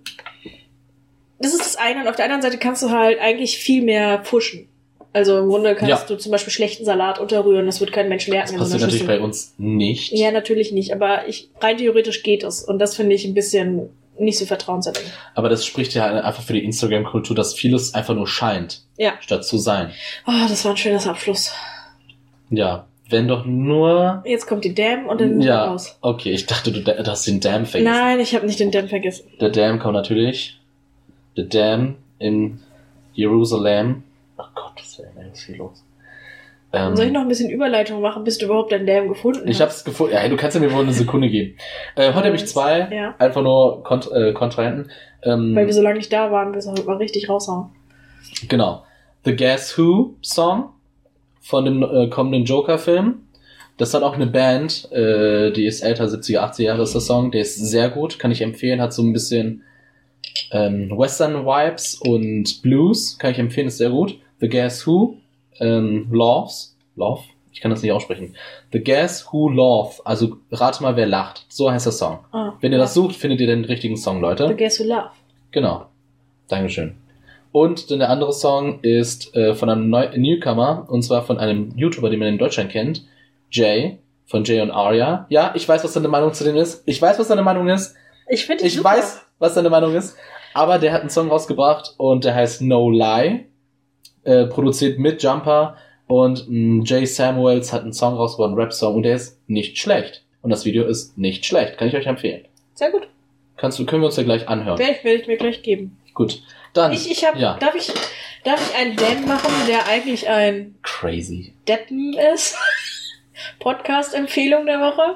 Speaker 1: das ist das eine. Und auf der anderen Seite kannst du halt eigentlich viel mehr pushen. Also im Grunde kannst
Speaker 2: Ja.
Speaker 1: du zum Beispiel schlechten Salat unterrühren. Das wird kein Mensch
Speaker 2: Das
Speaker 1: merken in so
Speaker 2: passiert
Speaker 1: einer
Speaker 2: natürlich
Speaker 1: Schüssel.
Speaker 2: bei uns nicht.
Speaker 1: Ja, natürlich nicht. Aber ich, rein theoretisch geht es. Und das finde ich ein bisschen nicht so vertrauenserweckend.
Speaker 2: Aber das spricht ja einfach für die Instagram-Kultur, dass vieles einfach nur scheint,
Speaker 1: Ja.
Speaker 2: statt zu sein.
Speaker 1: Oh, das war ein schönes Abschluss.
Speaker 2: Ja, wenn doch nur...
Speaker 1: Jetzt kommt die Dam und dann
Speaker 2: Ja,
Speaker 1: raus.
Speaker 2: okay, ich dachte, du, du hast den Dam vergessen.
Speaker 1: Nein, ich habe nicht den Dam vergessen.
Speaker 2: Der Dam kommt natürlich. Der Dam in Jerusalem. Ach Gott, was ist denn hier los? Ähm,
Speaker 1: Soll ich noch ein bisschen Überleitung machen, bis du überhaupt deinen Dam gefunden
Speaker 2: ich
Speaker 1: hast?
Speaker 2: hab's gefunden. Ja, du kannst ja mir wohl eine Sekunde geben. Äh, heute habe ich zwei,
Speaker 1: Ja.
Speaker 2: einfach nur Kont äh, Kontrahenten. Ähm,
Speaker 1: Weil wir so lange nicht da waren, bis wir heute mal richtig raushauen.
Speaker 2: Genau. The Guess Who Song von dem äh, kommenden Joker-Film. Das hat auch eine Band, äh, die ist älter, siebziger, achtziger Jahre ist der Song. Der ist sehr gut, kann ich empfehlen. Hat so ein bisschen ähm, Western-Vibes und Blues. Kann ich empfehlen, ist sehr gut. The Guess Who, ähm, Loves, Love, Ich kann das nicht aussprechen. The Guess Who Laugh. Also rate mal, wer lacht. So heißt der Song.
Speaker 1: Ah,
Speaker 2: Wenn ihr
Speaker 1: ja.
Speaker 2: das sucht, findet ihr den richtigen Song, Leute.
Speaker 1: The Guess Who Laugh.
Speaker 2: Genau. Dankeschön. Und dann der andere Song ist äh, von einem Neu- Newcomer, und zwar von einem YouTuber, den man in Deutschland kennt, Jay, von Jay und Aria. Ja, ich weiß, was deine Meinung zu dem ist. Ich weiß, was deine Meinung ist.
Speaker 1: Ich finde
Speaker 2: Ich super. weiß, was deine Meinung ist. Aber der hat einen Song rausgebracht und der heißt No Lie. Äh, produziert mit Jumper. Und mh, Jay Samuels hat einen Song rausgebracht, einen Rap-Song, und der ist nicht schlecht. Und das Video ist nicht schlecht. Kann ich euch empfehlen.
Speaker 1: Sehr gut.
Speaker 2: Kannst du, können wir uns ja gleich anhören.
Speaker 1: Werde ich, werd ich mir gleich geben.
Speaker 2: Gut. Dann.
Speaker 1: Ich, ich hab,
Speaker 2: ja.
Speaker 1: darf ich, darf ich einen Dan machen, der eigentlich ein
Speaker 2: Crazy.
Speaker 1: Deppen ist? Podcast-Empfehlung der Woche.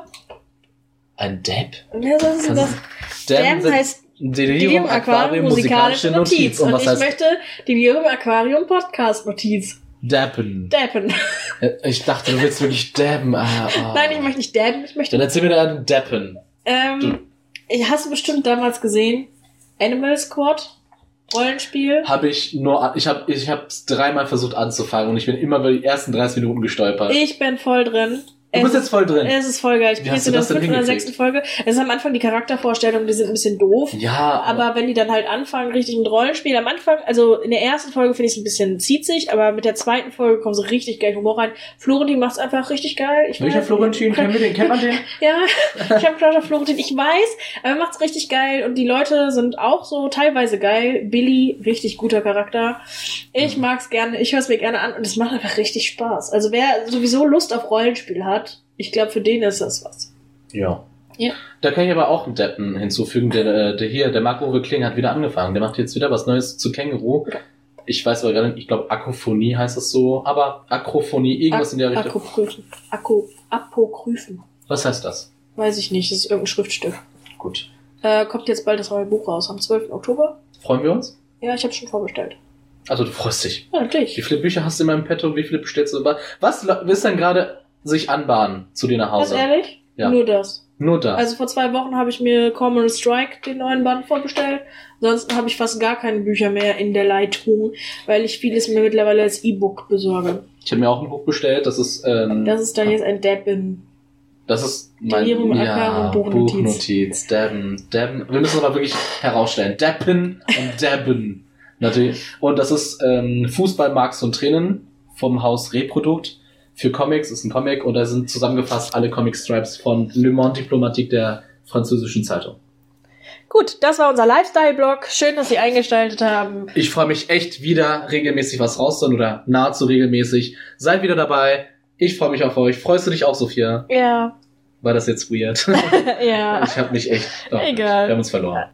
Speaker 2: Ein Depp?
Speaker 1: Ja, so ist das.
Speaker 2: Deppen
Speaker 1: Dan heißt
Speaker 2: Delirium Aquarium musikalische Notiz.
Speaker 1: Und,
Speaker 2: Und was
Speaker 1: ich
Speaker 2: heißt
Speaker 1: möchte Delirium Aquarium Podcast Notiz.
Speaker 2: Deppen?
Speaker 1: Deppen.
Speaker 2: Ich dachte, du willst wirklich Deppen. Ah, oh.
Speaker 1: Nein, ich möchte nicht Deppen, ich möchte...
Speaker 2: Dann erzähl mir dann Deppen.
Speaker 1: Ähm, ich hast du bestimmt damals gesehen. Animal Squad. Rollenspiel.
Speaker 2: Habe ich nur, ich habe ich hab's dreimal versucht anzufangen und ich bin immer über die ersten dreißig Minuten gestolpert.
Speaker 1: Ich bin voll drin.
Speaker 2: Du bist jetzt voll drin.
Speaker 1: Es ist voll geil. Ich bin
Speaker 2: Wie
Speaker 1: jetzt
Speaker 2: hast
Speaker 1: in
Speaker 2: du
Speaker 1: der
Speaker 2: das denn
Speaker 1: fünften oder
Speaker 2: hingekriegt?
Speaker 1: sechsten Folge. Es ist am Anfang die Charaktervorstellungen, die sind ein bisschen doof.
Speaker 2: Ja.
Speaker 1: Aber wenn die dann halt anfangen, richtig mit Rollenspiel, am Anfang, also in der ersten Folge finde ich es ein bisschen zieht sich, aber mit der zweiten Folge kommen so richtig geil Humor rein. Florentin macht's einfach richtig geil. Ich
Speaker 2: Welcher
Speaker 1: weiß,
Speaker 2: Florentin? Kennen wir den? Kennt man den?
Speaker 1: Ja, ich habe Claudia Florentin, ich weiß, aber er macht's richtig geil und die Leute sind auch so teilweise geil. Billy, richtig guter Charakter. Ich mag's gerne, ich höre es mir gerne an und es macht einfach richtig Spaß. Also wer sowieso Lust auf Rollenspiel hat, ich glaube, für den ist das was.
Speaker 2: Ja.
Speaker 1: Ja.
Speaker 2: Da kann ich aber auch einen Deppen hinzufügen, der, der hier, der Marc-Uwe Kling hat wieder angefangen. Der macht jetzt wieder was Neues zu Känguru.
Speaker 1: Ja.
Speaker 2: Ich weiß aber gar nicht, ich glaube Akrophonie heißt es so, aber Akrophonie, irgendwas in der Richtung.
Speaker 1: Akropryphen. Akko, Apokryphen.
Speaker 2: Was heißt das?
Speaker 1: Weiß ich nicht, das ist irgendein Schriftstück.
Speaker 2: Gut.
Speaker 1: Äh, kommt jetzt bald das neue Buch raus, am zwölften Oktober.
Speaker 2: Freuen wir uns?
Speaker 1: Ja, ich habe schon vorbestellt.
Speaker 2: Also du freust dich.
Speaker 1: Ja,
Speaker 2: Wie
Speaker 1: natürlich.
Speaker 2: viele Bücher hast du in meinem Petto? Wie viele bestellst du? Was willst du denn gerade sich anbahnen zu dir nach
Speaker 1: Ganz
Speaker 2: Hause?
Speaker 1: ehrlich?
Speaker 2: Ja.
Speaker 1: Nur das.
Speaker 2: Nur das.
Speaker 1: Also vor zwei Wochen habe ich mir Cormoran Strike, den neuen Band, vorbestellt. Ansonsten habe ich fast gar keine Bücher mehr in der Leitung, weil ich vieles mir mittlerweile als E-Book besorge.
Speaker 2: Ich habe mir auch ein Buch bestellt, das ist ähm,
Speaker 1: Das ist dann jetzt ein Deppen.
Speaker 2: das ist mein
Speaker 1: Delirium
Speaker 2: ja,
Speaker 1: Aquarium Buchnotiz.
Speaker 2: Buchnotiz. Deppen, Deppen. Wir müssen es aber wirklich herausstellen. Deppen und Deppen. Natürlich. Und das ist ähm, Fußball, Marx und Tränen vom Haus Reprodukt. Für Comics ist ein Comic und da sind zusammengefasst alle Comic-Stripes von Le Monde Diplomatique der französischen Zeitung.
Speaker 1: Gut, das war unser Lifestyle-Blog. Schön, dass Sie eingeschaltet haben.
Speaker 2: Ich freue mich echt wieder regelmäßig was rauszuhauen oder nahezu regelmäßig. Seid wieder dabei. Ich freue mich auf euch. Freust du dich auch, Sophia?
Speaker 1: Ja.
Speaker 2: War das jetzt weird?
Speaker 1: Ja.
Speaker 2: Ich habe mich echt... Doch,
Speaker 1: Egal.
Speaker 2: Wir haben uns verloren.